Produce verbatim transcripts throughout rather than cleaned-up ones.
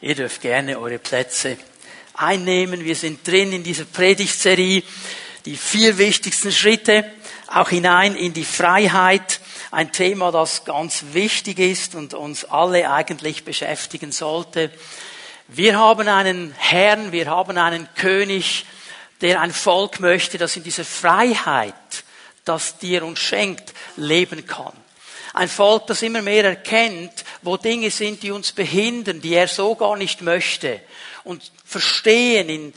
Ihr dürft gerne eure Plätze einnehmen. Wir sind drin in dieser Predigtserie, die vier wichtigsten Schritte, auch hinein in die Freiheit. Ein Thema, das ganz wichtig ist und uns alle eigentlich beschäftigen sollte. Wir haben einen Herrn, wir haben einen König, der ein Volk möchte, das in dieser Freiheit, das die er uns schenkt, leben kann. Ein Volk, das immer mehr erkennt, wo Dinge sind, die uns behindern, die er so gar nicht möchte. Und verstehen in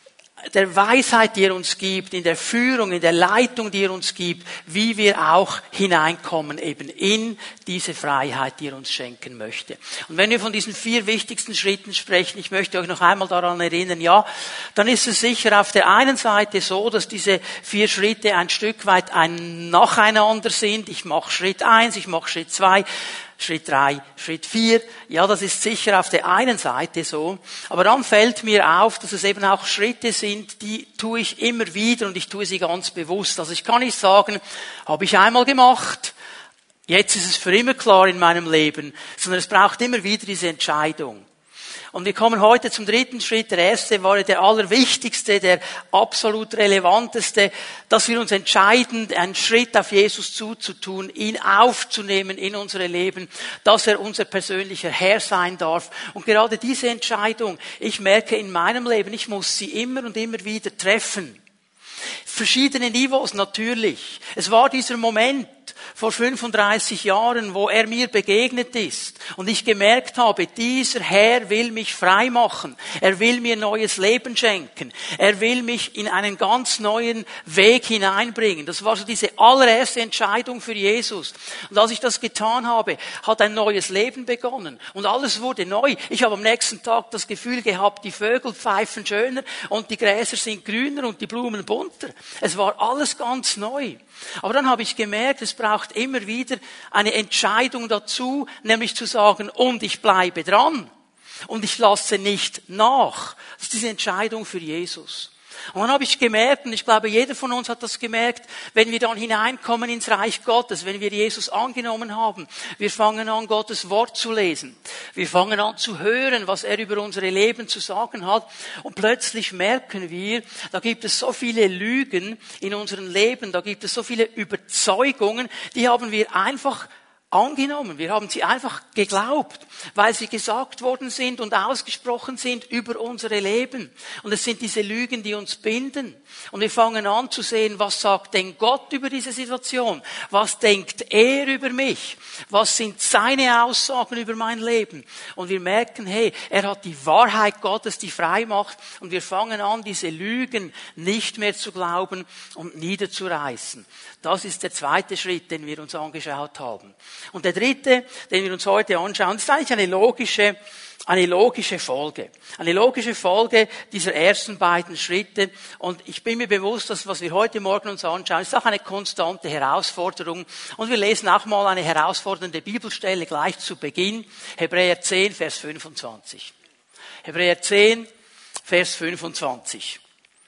der Weisheit, die er uns gibt, in der Führung, in der Leitung, die er uns gibt, wie wir auch hineinkommen eben in diese Freiheit, die er uns schenken möchte. Und wenn wir von diesen vier wichtigsten Schritten sprechen, ich möchte euch noch einmal daran erinnern, ja, dann ist es sicher auf der einen Seite so, dass diese vier Schritte ein Stück weit ein Nacheinander sind. Ich mache Schritt eins, ich mache Schritt zwei. Schritt drei, Schritt vier. Ja, das ist sicher auf der einen Seite so. Aber dann fällt mir auf, dass es eben auch Schritte sind, die tue ich immer wieder und ich tue sie ganz bewusst. Also ich kann nicht sagen, habe ich einmal gemacht, jetzt ist es für immer klar in meinem Leben, sondern es braucht immer wieder diese Entscheidung. Und wir kommen heute zum dritten Schritt. Der erste war der allerwichtigste, der absolut relevanteste, dass wir uns entscheiden, einen Schritt auf Jesus zuzutun, ihn aufzunehmen in unsere Leben, dass er unser persönlicher Herr sein darf. Und gerade diese Entscheidung, ich merke in meinem Leben, ich muss sie immer und immer wieder treffen. Verschiedene Niveaus natürlich. Es war dieser Moment vor fünfunddreißig Jahren, wo er mir begegnet ist und ich gemerkt habe, dieser Herr will mich frei machen. Er will mir neues Leben schenken. Er will mich in einen ganz neuen Weg hineinbringen. Das war so diese allererste Entscheidung für Jesus. Und als ich das getan habe, hat ein neues Leben begonnen und alles wurde neu. Ich habe am nächsten Tag das Gefühl gehabt, die Vögel pfeifen schöner und die Gräser sind grüner und die Blumen bunter. Es war alles ganz neu. Aber dann habe ich gemerkt, es braucht immer wieder eine Entscheidung dazu, nämlich zu sagen, und ich bleibe dran. Und ich lasse nicht nach. Das ist diese Entscheidung für Jesus. Und dann habe ich gemerkt, und ich glaube, jeder von uns hat das gemerkt, wenn wir dann hineinkommen ins Reich Gottes, wenn wir Jesus angenommen haben, wir fangen an, Gottes Wort zu lesen. Wir fangen an zu hören, was er über unsere Leben zu sagen hat. Und plötzlich merken wir, da gibt es so viele Lügen in unserem Leben, da gibt es so viele Überzeugungen, die haben wir einfach angenommen. Wir haben sie einfach geglaubt, weil sie gesagt worden sind und ausgesprochen sind über unsere Leben. Und es sind diese Lügen, die uns binden. Und wir fangen an zu sehen, was sagt denn Gott über diese Situation? Was denkt er über mich? Was sind seine Aussagen über mein Leben? Und wir merken, hey, er hat die Wahrheit Gottes, die frei macht. Und wir fangen an, diese Lügen nicht mehr zu glauben und niederzureißen. Das ist der zweite Schritt, den wir uns angeschaut haben. Und der dritte, den wir uns heute anschauen, ist eigentlich eine logische, eine logische Folge. Eine logische Folge dieser ersten beiden Schritte. Und ich bin mir bewusst, dass was wir heute Morgen uns anschauen, ist auch eine konstante Herausforderung. Und wir lesen auch mal eine herausfordernde Bibelstelle gleich zu Beginn. Hebräer zehn, Vers fünfundzwanzig. Hebräer zehn, Vers fünfundzwanzig.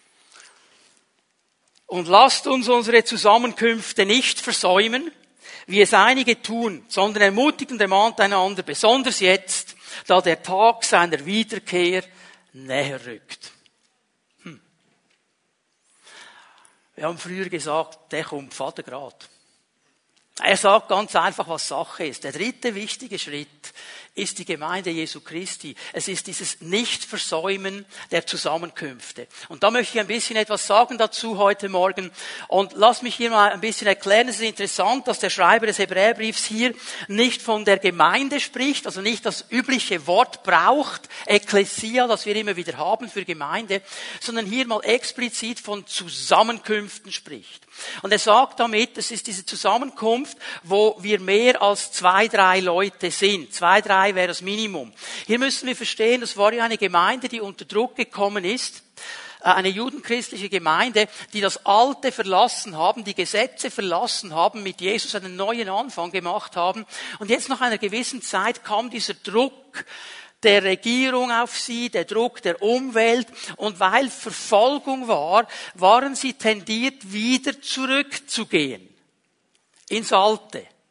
Und lasst uns unsere Zusammenkünfte nicht versäumen, wie es einige tun, sondern ermutigt und ermahnt einander, besonders jetzt, da der Tag seiner Wiederkehr näher rückt. Hm. Wir haben früher gesagt, der kommt Vater grad. Er sagt ganz einfach, was Sache ist. Der dritte wichtige Schritt ist die Gemeinde Jesu Christi. Es ist dieses Nichtversäumen der Zusammenkünfte. Und da möchte ich ein bisschen etwas sagen dazu heute Morgen. Und lass mich hier mal ein bisschen erklären. Es ist interessant, dass der Schreiber des Hebräerbriefs hier nicht von der Gemeinde spricht, also nicht das übliche Wort braucht, Ekklesia, das wir immer wieder haben für Gemeinde, sondern hier mal explizit von Zusammenkünften spricht. Und er sagt damit, es ist diese Zusammenkunft, wo wir mehr als zwei, drei Leute sind. Zwei, drei wäre das Minimum. Hier müssen wir verstehen, das war ja eine Gemeinde, die unter Druck gekommen ist. Eine judenchristliche Gemeinde, die das Alte verlassen haben, die Gesetze verlassen haben, mit Jesus einen neuen Anfang gemacht haben. Und jetzt nach einer gewissen Zeit kam dieser Druck der Regierung auf sie, der Druck der Umwelt. Und weil Verfolgung war, waren sie tendiert, wieder zurückzugehen ins Alte.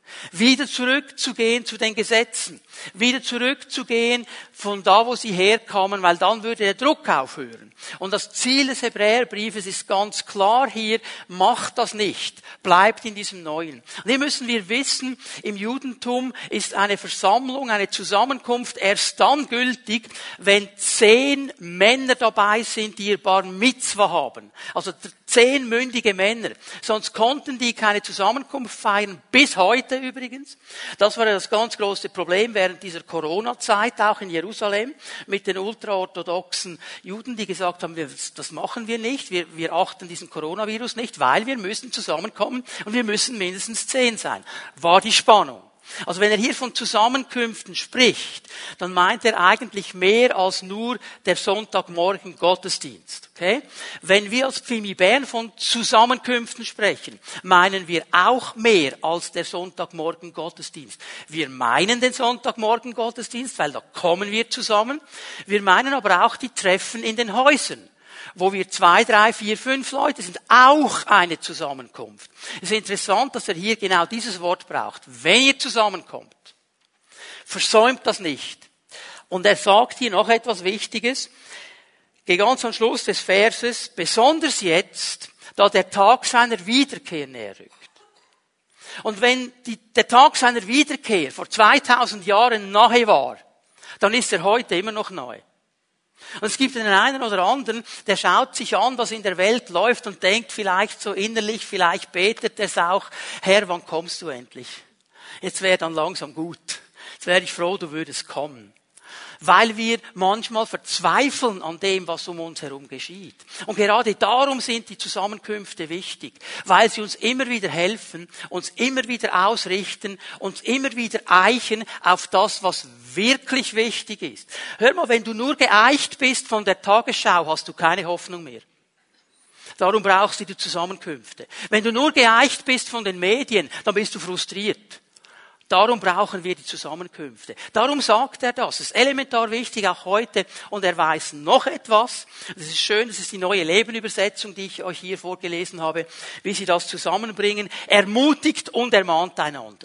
Wieder zurückzugehen zu den Gesetzen. Wieder zurückzugehen von da, wo sie herkamen, weil dann würde der Druck aufhören. Und das Ziel des Hebräerbriefes ist ganz klar hier, macht das nicht. Bleibt in diesem Neuen. Und hier müssen wir wissen, im Judentum ist eine Versammlung, eine Zusammenkunft erst dann gültig, wenn zehn Männer dabei sind, die ihr Bar Mitzwa haben. Also zehn mündige Männer. Sonst konnten die keine Zusammenkunft feiern, bis heute übrigens. Das war ja das ganz große Problem während dieser Corona-Zeit, auch in Jerusalem, mit den ultraorthodoxen Juden, die gesagt haben, wir, das machen wir nicht, wir, wir achten diesen Coronavirus nicht, weil wir müssen zusammenkommen und wir müssen mindestens zehn sein. War die Spannung. Also wenn er hier von Zusammenkünften spricht, dann meint er eigentlich mehr als nur der Sonntagmorgen Gottesdienst. Okay? Wenn wir als Pfimi Bern von Zusammenkünften sprechen, meinen wir auch mehr als der Sonntagmorgen Gottesdienst. Wir meinen den Sonntagmorgen Gottesdienst, weil da kommen wir zusammen. Wir meinen aber auch die Treffen in den Häusern, wo wir zwei, drei, vier, fünf Leute sind, auch eine Zusammenkunft. Es ist interessant, dass er hier genau dieses Wort braucht. Wenn ihr zusammenkommt, versäumt das nicht. Und er sagt hier noch etwas Wichtiges. Gehe ganz am Schluss des Verses, besonders jetzt, da der Tag seiner Wiederkehr näher rückt. Und wenn die, der Tag seiner Wiederkehr vor zweitausend Jahren nahe war, dann ist er heute immer noch nahe. Und es gibt den einen oder anderen, der schaut sich an, was in der Welt läuft und denkt vielleicht so innerlich, vielleicht betet er es auch, Herr, wann kommst du endlich? Jetzt wäre dann langsam gut. Jetzt wäre ich froh, du würdest kommen. Weil wir manchmal verzweifeln an dem, was um uns herum geschieht. Und gerade darum sind die Zusammenkünfte wichtig, weil sie uns immer wieder helfen, uns immer wieder ausrichten, uns immer wieder eichen auf das, was wirklich wichtig ist. Hör mal, wenn du nur geeicht bist von der Tagesschau, hast du keine Hoffnung mehr. Darum brauchst du die Zusammenkünfte. Wenn du nur geeicht bist von den Medien, dann bist du frustriert. Darum brauchen wir die Zusammenkünfte. Darum sagt er das. Das ist elementar wichtig, auch heute. Und er weiß noch etwas. Das ist schön, das ist die neue Lebenübersetzung, die ich euch hier vorgelesen habe, wie sie das zusammenbringen. Ermutigt und ermahnt einander.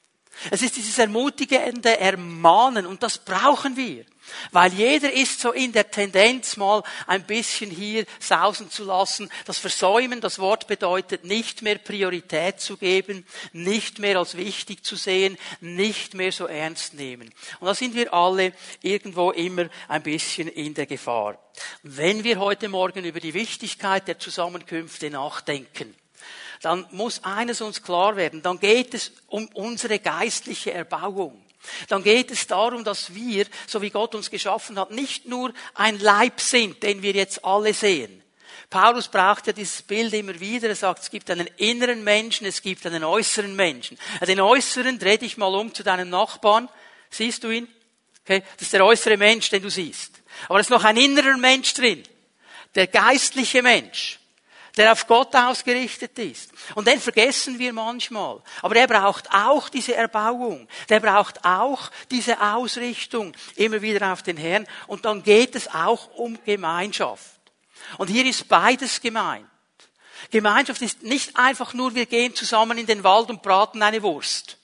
Es ist dieses ermutigende Ermahnen und das brauchen wir. Weil jeder ist so in der Tendenz mal ein bisschen hier sausen zu lassen. Das Versäumen, das Wort bedeutet nicht mehr Priorität zu geben, nicht mehr als wichtig zu sehen, nicht mehr so ernst nehmen. Und da sind wir alle irgendwo immer ein bisschen in der Gefahr. Wenn wir heute Morgen über die Wichtigkeit der Zusammenkünfte nachdenken, dann muss eines uns klar werden, dann geht es um unsere geistliche Erbauung. Dann geht es darum, dass wir, so wie Gott uns geschaffen hat, nicht nur ein Leib sind, den wir jetzt alle sehen. Paulus braucht ja dieses Bild immer wieder. Er sagt, es gibt einen inneren Menschen, es gibt einen äußeren Menschen. Den äußeren, dreh dich mal um zu deinem Nachbarn. Siehst du ihn? Okay, das ist der äußere Mensch, den du siehst. Aber es ist noch ein innerer Mensch drin. Der geistliche Mensch, der auf Gott ausgerichtet ist. Und den vergessen wir manchmal. Aber er braucht auch diese Erbauung. Der braucht auch diese Ausrichtung immer wieder auf den Herrn. Und dann geht es auch um Gemeinschaft. Und hier ist beides gemeint. Gemeinschaft ist nicht einfach nur, wir gehen zusammen in den Wald und braten eine Wurst.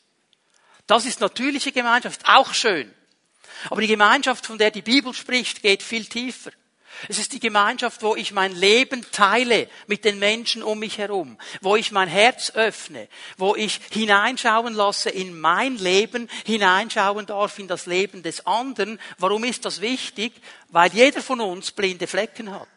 Das ist natürliche Gemeinschaft, auch schön. Aber die Gemeinschaft, von der die Bibel spricht, geht viel tiefer. Es ist die Gemeinschaft, wo ich mein Leben teile mit den Menschen um mich herum, wo ich mein Herz öffne, wo ich hineinschauen lasse in mein Leben, hineinschauen darf in das Leben des anderen. Warum ist das wichtig? Weil jeder von uns blinde Flecken hat.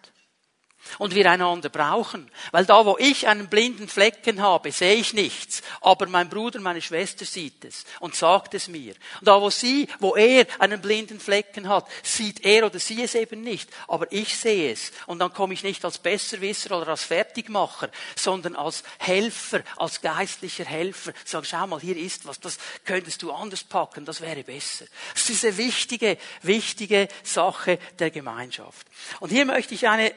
Und wir einander brauchen. Weil da, wo ich einen blinden Flecken habe, sehe ich nichts. Aber mein Bruder, meine Schwester sieht es und sagt es mir. Und da, wo sie, wo er einen blinden Flecken hat, sieht er oder sie es eben nicht. Aber ich sehe es. Und dann komme ich nicht als Besserwisser oder als Fertigmacher, sondern als Helfer, als geistlicher Helfer. Sag, schau mal, hier ist was, das könntest du anders packen, das wäre besser. Das ist diese wichtige, wichtige Sache der Gemeinschaft. Und hier möchte ich eine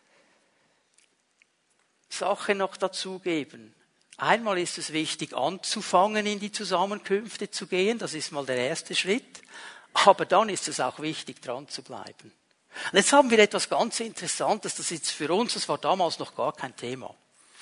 Sache noch dazugeben. Einmal ist es wichtig, anzufangen, in die Zusammenkünfte zu gehen. Das ist mal der erste Schritt. Aber dann ist es auch wichtig, dran zu bleiben. Und jetzt haben wir etwas ganz Interessantes. Das ist für uns, das war damals noch gar kein Thema.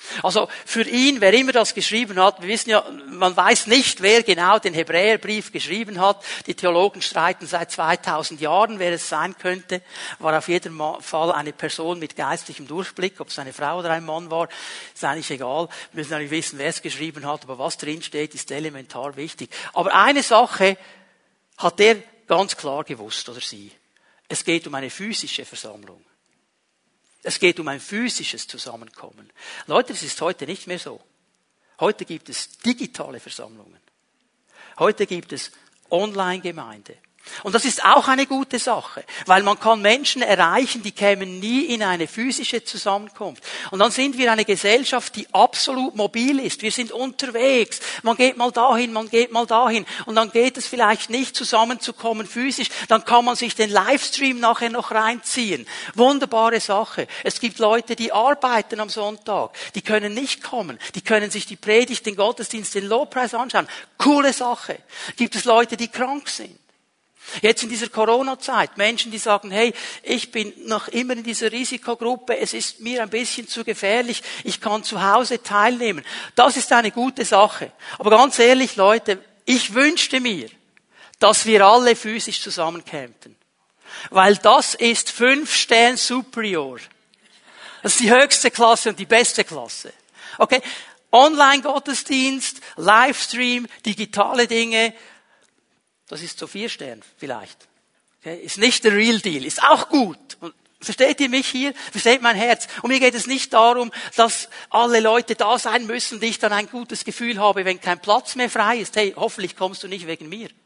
Also für ihn, wer immer das geschrieben hat, wir wissen ja, man weiß nicht, wer genau den Hebräerbrief geschrieben hat. Die Theologen streiten seit zweitausend Jahren, wer es sein könnte. War auf jeden Fall eine Person mit geistlichem Durchblick, ob es eine Frau oder ein Mann war, ist eigentlich egal. Wir müssen natürlich wissen, wer es geschrieben hat, aber was drin steht, ist elementar wichtig. Aber eine Sache hat er ganz klar gewusst, oder sie. Es geht um eine physische Versammlung. Es geht um ein physisches Zusammenkommen. Leute, das ist heute nicht mehr so. Heute gibt es digitale Versammlungen. Heute gibt es Online-Gemeinde. Und das ist auch eine gute Sache, weil man kann Menschen erreichen, die kämen nie in eine physische Zusammenkunft. Und dann sind wir eine Gesellschaft, die absolut mobil ist. Wir sind unterwegs. Man geht mal dahin, man geht mal dahin. Und dann geht es vielleicht nicht zusammenzukommen physisch. Dann kann man sich den Livestream nachher noch reinziehen. Wunderbare Sache. Es gibt Leute, die arbeiten am Sonntag. Die können nicht kommen. Die können sich die Predigt, den Gottesdienst, den Lobpreis anschauen. Coole Sache. Gibt es Leute, die krank sind? Jetzt in dieser Corona-Zeit, Menschen, die sagen, hey, ich bin noch immer in dieser Risikogruppe, es ist mir ein bisschen zu gefährlich, ich kann zu Hause teilnehmen. Das ist eine gute Sache. Aber ganz ehrlich, Leute, ich wünschte mir, dass wir alle physisch zusammenkämen. Weil das ist fünf Stern superior. Das ist die höchste Klasse und die beste Klasse. Okay? Online-Gottesdienst, Livestream, digitale Dinge, das ist so vier Sterne vielleicht. Okay? Ist nicht der Real Deal. Ist auch gut. Und versteht ihr mich hier? Versteht mein Herz? Und mir geht es nicht darum, dass alle Leute da sein müssen und ich dann ein gutes Gefühl habe, wenn kein Platz mehr frei ist. Hey, hoffentlich kommst du nicht wegen mir.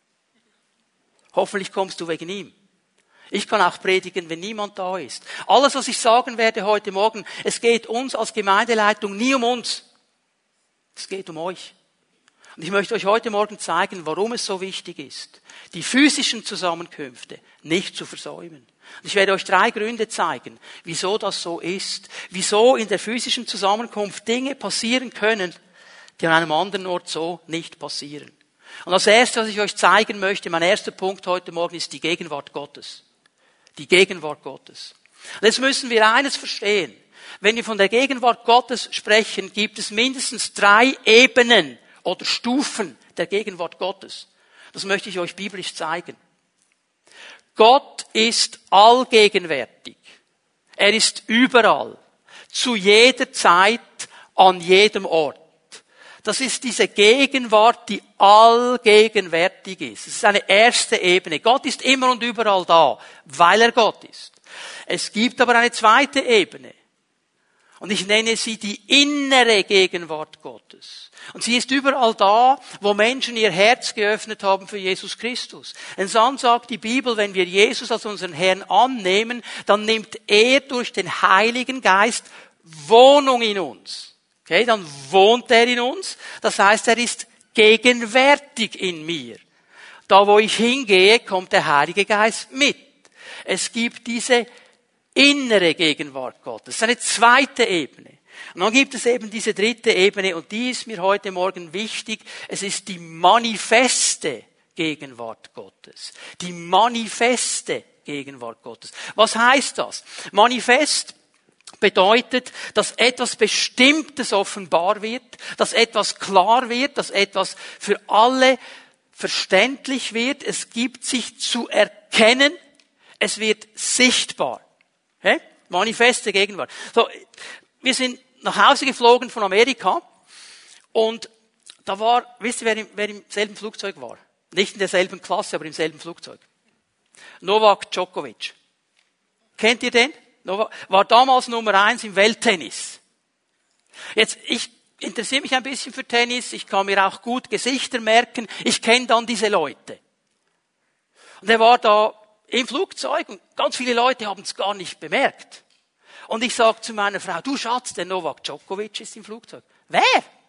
Hoffentlich kommst du wegen ihm. Ich kann auch predigen, wenn niemand da ist. Alles, was ich sagen werde heute Morgen, es geht uns als Gemeindeleitung nie um uns. Es geht um euch. Und ich möchte euch heute Morgen zeigen, warum es so wichtig ist, die physischen Zusammenkünfte nicht zu versäumen. Und ich werde euch drei Gründe zeigen, wieso das so ist, wieso in der physischen Zusammenkunft Dinge passieren können, die an einem anderen Ort so nicht passieren. Und das Erste, was ich euch zeigen möchte, mein erster Punkt heute Morgen, ist die Gegenwart Gottes. Die Gegenwart Gottes. Und jetzt müssen wir eines verstehen. Wenn wir von der Gegenwart Gottes sprechen, gibt es mindestens drei Ebenen oder Stufen der Gegenwart Gottes. Das möchte ich euch biblisch zeigen. Gott ist allgegenwärtig. Er ist überall. Zu jeder Zeit, an jedem Ort. Das ist diese Gegenwart, die allgegenwärtig ist. Das ist eine erste Ebene. Gott ist immer und überall da, weil er Gott ist. Es gibt aber eine zweite Ebene. Und ich nenne sie die innere Gegenwart Gottes. Und sie ist überall da, wo Menschen ihr Herz geöffnet haben für Jesus Christus. Denn dann sagt die Bibel, wenn wir Jesus als unseren Herrn annehmen, dann nimmt er durch den Heiligen Geist Wohnung in uns. Okay, dann wohnt er in uns. Das heißt, er ist gegenwärtig in mir. Da, wo ich hingehe, kommt der Heilige Geist mit. Es gibt diese innere Gegenwart Gottes. Das ist eine zweite Ebene. Und dann gibt es eben diese dritte Ebene, und die ist mir heute Morgen wichtig. Es ist die manifeste Gegenwart Gottes. Die manifeste Gegenwart Gottes. Was heißt das? Manifest bedeutet, dass etwas Bestimmtes offenbar wird, dass etwas klar wird, dass etwas für alle verständlich wird. Es gibt sich zu erkennen. Es wird sichtbar. Okay? Manifeste Gegenwart. So, wir sind nach Hause geflogen von Amerika und da war, wisst ihr, wer im, wer im selben Flugzeug war? Nicht in derselben Klasse, aber im selben Flugzeug. Novak Djokovic. Kennt ihr den? Novak, war damals Nummer eins im Welttennis. Jetzt, ich interessiere mich ein bisschen für Tennis, ich kann mir auch gut Gesichter merken, ich kenne dann diese Leute. Und er war da im Flugzeug und ganz viele Leute haben es gar nicht bemerkt. Und ich sage zu meiner Frau, du Schatz, der Novak Djokovic ist im Flugzeug. Wer?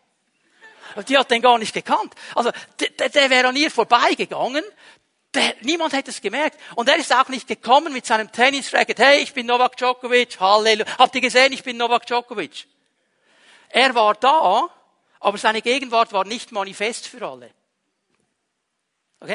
Und die hat den gar nicht gekannt. Also der, der wäre an ihr vorbeigegangen, der, niemand hätte es gemerkt. Und er ist auch nicht gekommen mit seinem Tennisracket. Hey, ich bin Novak Djokovic, Halleluja. Habt ihr gesehen, ich bin Novak Djokovic? Er war da, aber seine Gegenwart war nicht manifest für alle. Okay?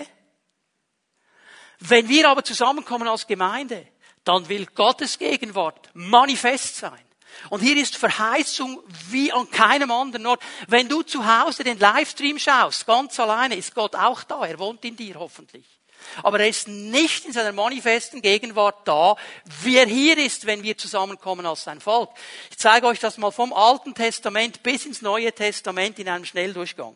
Wenn wir aber zusammenkommen als Gemeinde, dann will Gottes Gegenwart manifest sein. Und hier ist Verheißung wie an keinem anderen Ort. Wenn du zu Hause den Livestream schaust, ganz alleine, ist Gott auch da. Er wohnt in dir hoffentlich. Aber er ist nicht in seiner manifesten Gegenwart da, wie er hier ist, wenn wir zusammenkommen als sein Volk. Ich zeige euch das mal vom Alten Testament bis ins Neue Testament in einem Schnelldurchgang.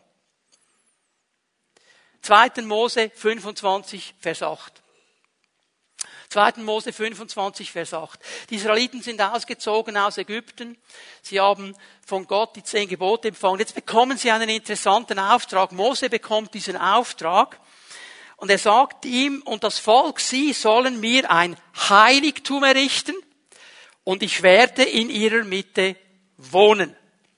zweiter Mose fünfundzwanzig, Vers acht. zweiter Mose fünfundzwanzig, Vers acht. Die Israeliten sind ausgezogen aus Ägypten. Sie haben von Gott die zehn Gebote empfangen. Jetzt bekommen sie einen interessanten Auftrag. Mose bekommt diesen Auftrag. Und er sagt ihm und das Volk, sie sollen mir ein Heiligtum errichten und ich werde in ihrer Mitte wohnen.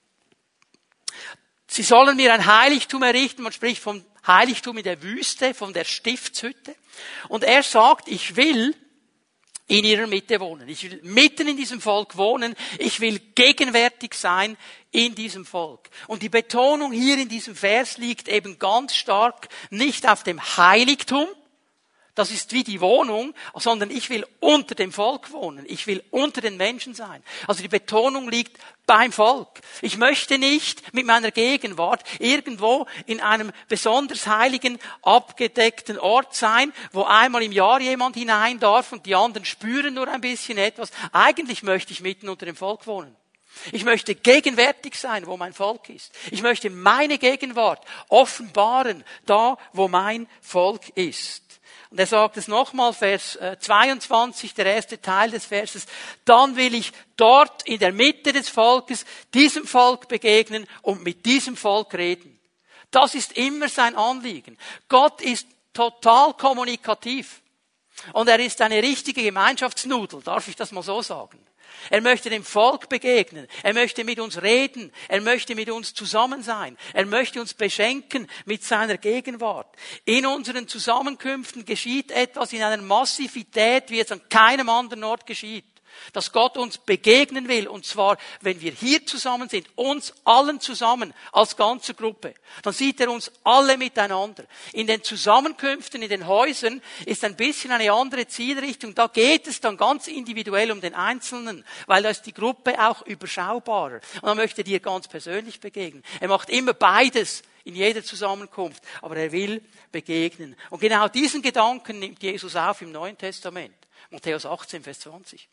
Sie sollen mir ein Heiligtum errichten, man spricht vom Heiligtum in der Wüste, von der Stiftshütte. Und er sagt, ich will in ihrer Mitte wohnen. Ich will mitten in diesem Volk wohnen. Ich will gegenwärtig sein in diesem Volk. Und die Betonung hier in diesem Vers liegt eben ganz stark nicht auf dem Heiligtum, das ist wie die Wohnung, sondern ich will unter dem Volk wohnen. Ich will unter den Menschen sein. Also die Betonung liegt beim Volk. Ich möchte nicht mit meiner Gegenwart irgendwo in einem besonders heiligen, abgedeckten Ort sein, wo einmal im Jahr jemand hinein darf und die anderen spüren nur ein bisschen etwas. Eigentlich möchte ich mitten unter dem Volk wohnen. Ich möchte gegenwärtig sein, wo mein Volk ist. Ich möchte meine Gegenwart offenbaren, da, wo mein Volk ist. Und er sagt es nochmal, Vers zweiundzwanzig, der erste Teil des Verses. Dann will ich dort in der Mitte des Volkes diesem Volk begegnen und mit diesem Volk reden. Das ist immer sein Anliegen. Gott ist total kommunikativ. Und er ist eine richtige Gemeinschaftsnudel, darf ich das mal so sagen. Er möchte dem Volk begegnen. Er möchte mit uns reden. Er möchte mit uns zusammen sein. Er möchte uns beschenken mit seiner Gegenwart. In unseren Zusammenkünften geschieht etwas in einer Massivität, wie es an keinem anderen Ort geschieht. Dass Gott uns begegnen will, und zwar, wenn wir hier zusammen sind, uns allen zusammen, als ganze Gruppe, dann sieht er uns alle miteinander. In den Zusammenkünften, in den Häusern ist ein bisschen eine andere Zielrichtung. Da geht es dann ganz individuell um den Einzelnen, weil da ist die Gruppe auch überschaubarer. Und dann möchte er dir ganz persönlich begegnen. Er macht immer beides in jeder Zusammenkunft, aber er will begegnen. Und genau diesen Gedanken nimmt Jesus auf im Neuen Testament. Matthäus achtzehn, Vers zwanzig.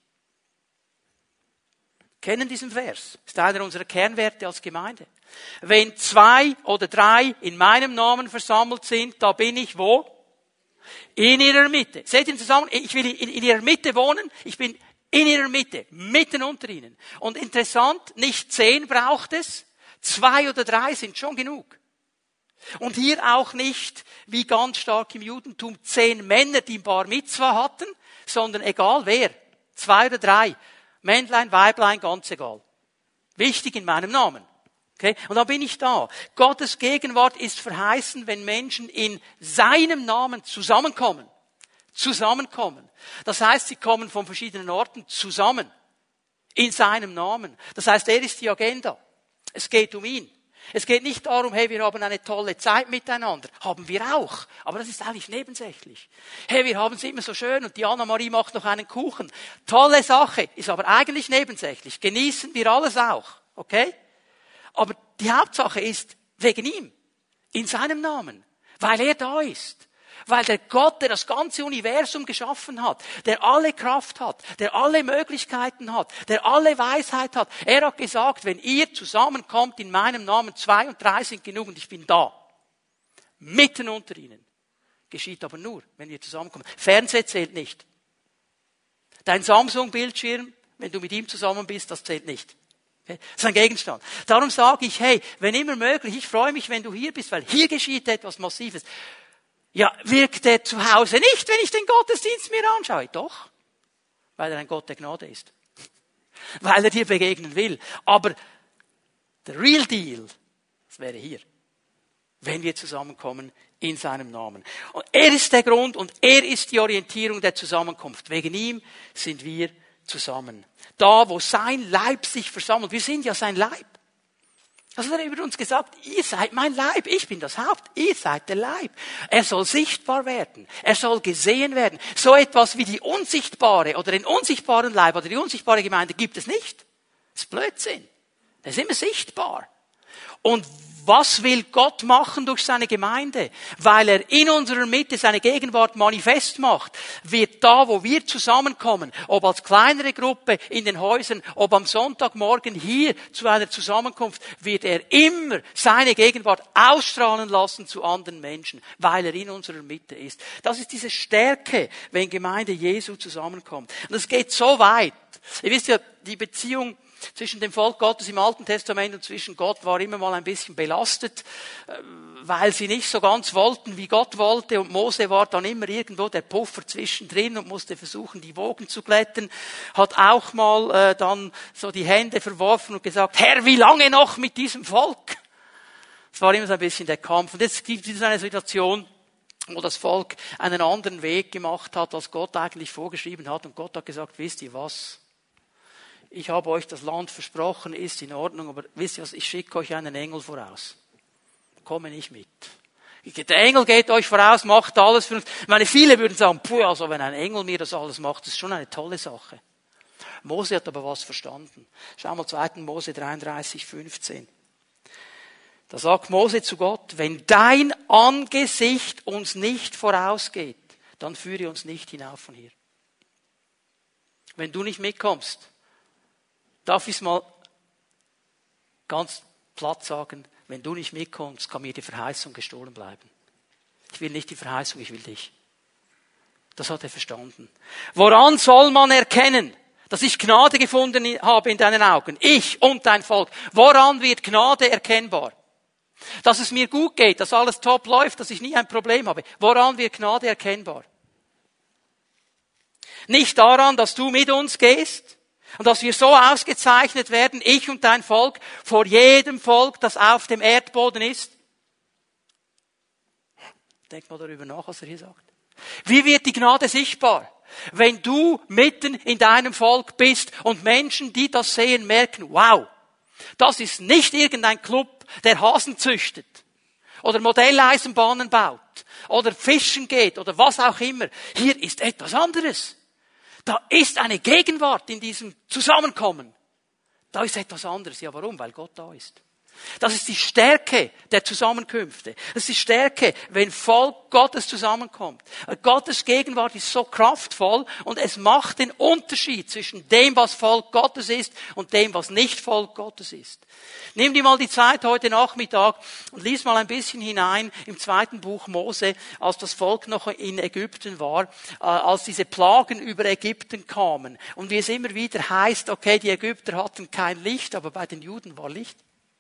Kennen diesen Vers. Das ist einer unserer Kernwerte als Gemeinde. Wenn zwei oder drei in meinem Namen versammelt sind, da bin ich wo? In ihrer Mitte. Seht ihr den Zusammenhang? Ich will in, in ihrer Mitte wohnen. Ich bin in ihrer Mitte, mitten unter ihnen. Und interessant, nicht zehn braucht es, zwei oder drei sind schon genug. Und hier auch nicht, wie ganz stark im Judentum, zehn Männer, die ein Bar Mitzwa hatten, sondern egal wer, zwei oder drei. Männlein, Weiblein, ganz egal. Wichtig in meinem Namen. Okay? Und dann bin ich da. Gottes Gegenwart ist verheißen, wenn Menschen in seinem Namen zusammenkommen. Zusammenkommen. Das heißt, sie kommen von verschiedenen Orten zusammen. In seinem Namen. Das heißt, er ist die Agenda. Es geht um ihn. Es geht nicht darum, hey, wir haben eine tolle Zeit miteinander. Haben wir auch. Aber das ist eigentlich nebensächlich. Hey, wir haben es immer so schön und die Anna-Marie macht noch einen Kuchen. Tolle Sache. Ist aber eigentlich nebensächlich. Genießen wir alles auch. Okay? Aber die Hauptsache ist wegen ihm. In seinem Namen. Weil er da ist. Weil der Gott, der das ganze Universum geschaffen hat, der alle Kraft hat, der alle Möglichkeiten hat, der alle Weisheit hat, er hat gesagt, wenn ihr zusammenkommt in meinem Namen, zwei und drei sind genug und ich bin da. Mitten unter ihnen. Geschieht aber nur, wenn wir zusammenkommen. Fernseh zählt nicht. Dein Samsung-Bildschirm, wenn du mit ihm zusammen bist, das zählt nicht. Okay? Das ist ein Gegenstand. Darum sage ich, hey, wenn immer möglich, ich freue mich, wenn du hier bist, weil hier geschieht etwas Massives. Ja, wirkt er zu Hause nicht, wenn ich den Gottesdienst mir anschaue? Doch, weil er ein Gott der Gnade ist. Weil er dir begegnen will. Aber der Real Deal, das wäre hier. Wenn wir zusammenkommen in seinem Namen. Und er ist der Grund und er ist die Orientierung der Zusammenkunft. Wegen ihm sind wir zusammen. Da, wo sein Leib sich versammelt. Wir sind ja sein Leib. Also er hat über uns gesagt, ihr seid mein Leib, ich bin das Haupt, ihr seid der Leib. Er soll sichtbar werden, er soll gesehen werden. So etwas wie die unsichtbare oder den unsichtbaren Leib oder die unsichtbare Gemeinde gibt es nicht. Das ist Blödsinn. Das ist immer sichtbar. Und was will Gott machen durch seine Gemeinde? Weil er in unserer Mitte seine Gegenwart manifest macht, wird da, wo wir zusammenkommen, ob als kleinere Gruppe in den Häusern, ob am Sonntagmorgen hier zu einer Zusammenkunft, wird er immer seine Gegenwart ausstrahlen lassen zu anderen Menschen, weil er in unserer Mitte ist. Das ist diese Stärke, wenn Gemeinde Jesu zusammenkommt. Und es geht so weit. Ihr wisst ja, die Beziehung zwischen dem Volk Gottes im Alten Testament und zwischen Gott war immer mal ein bisschen belastet, weil sie nicht so ganz wollten, wie Gott wollte. Und Mose war dann immer irgendwo der Puffer zwischendrin und musste versuchen, die Wogen zu glätten. Hat auch mal äh, dann so die Hände verworfen und gesagt, Herr, wie lange noch mit diesem Volk? Es war immer so ein bisschen der Kampf. Und jetzt gibt es eine Situation, wo das Volk einen anderen Weg gemacht hat, als Gott eigentlich vorgeschrieben hat. Und Gott hat gesagt, wisst ihr was? Ich habe euch das Land versprochen, ist in Ordnung, aber wisst ihr was, ich schicke euch einen Engel voraus. Komme nicht mit. Der Engel geht euch voraus, macht alles für uns. Ich meine, viele würden sagen, puh, also wenn ein Engel mir das alles macht, das ist schon eine tolle Sache. Mose hat aber was verstanden. Schau mal zweiter Mose dreiunddreißig, fünfzehn. Da sagt Mose zu Gott, wenn dein Angesicht uns nicht vorausgeht, dann führe uns nicht hinauf von hier. Wenn du nicht mitkommst, darf ich es mal ganz platt sagen, wenn du nicht mitkommst, kann mir die Verheißung gestohlen bleiben. Ich will nicht die Verheißung, ich will dich. Das hat er verstanden. Woran soll man erkennen, dass ich Gnade gefunden habe in deinen Augen? Ich und dein Volk. Woran wird Gnade erkennbar? Dass es mir gut geht, dass alles top läuft, dass ich nie ein Problem habe. Woran wird Gnade erkennbar? Nicht daran, dass du mit uns gehst, und dass wir so ausgezeichnet werden, ich und dein Volk, vor jedem Volk, das auf dem Erdboden ist. Denk mal darüber nach, was er hier sagt. Wie wird die Gnade sichtbar? Wenn du mitten in deinem Volk bist und Menschen, die das sehen, merken, wow, das ist nicht irgendein Club, der Hasen züchtet oder Modelleisenbahnen baut oder fischen geht oder was auch immer. Hier ist etwas anderes. Da ist eine Gegenwart in diesem Zusammenkommen. Da ist etwas anderes. Ja, warum? Weil Gott da ist. Das ist die Stärke der Zusammenkünfte. Das ist die Stärke, wenn Volk Gottes zusammenkommt. Gottes Gegenwart ist so kraftvoll und es macht den Unterschied zwischen dem, was Volk Gottes ist und dem, was nicht Volk Gottes ist. Nimm dir mal die Zeit heute Nachmittag und lies mal ein bisschen hinein im zweiten Buch Mose, als das Volk noch in Ägypten war, als diese Plagen über Ägypten kamen. Und wie es immer wieder heißt, okay, die Ägypter hatten kein Licht, aber bei den Juden war Licht.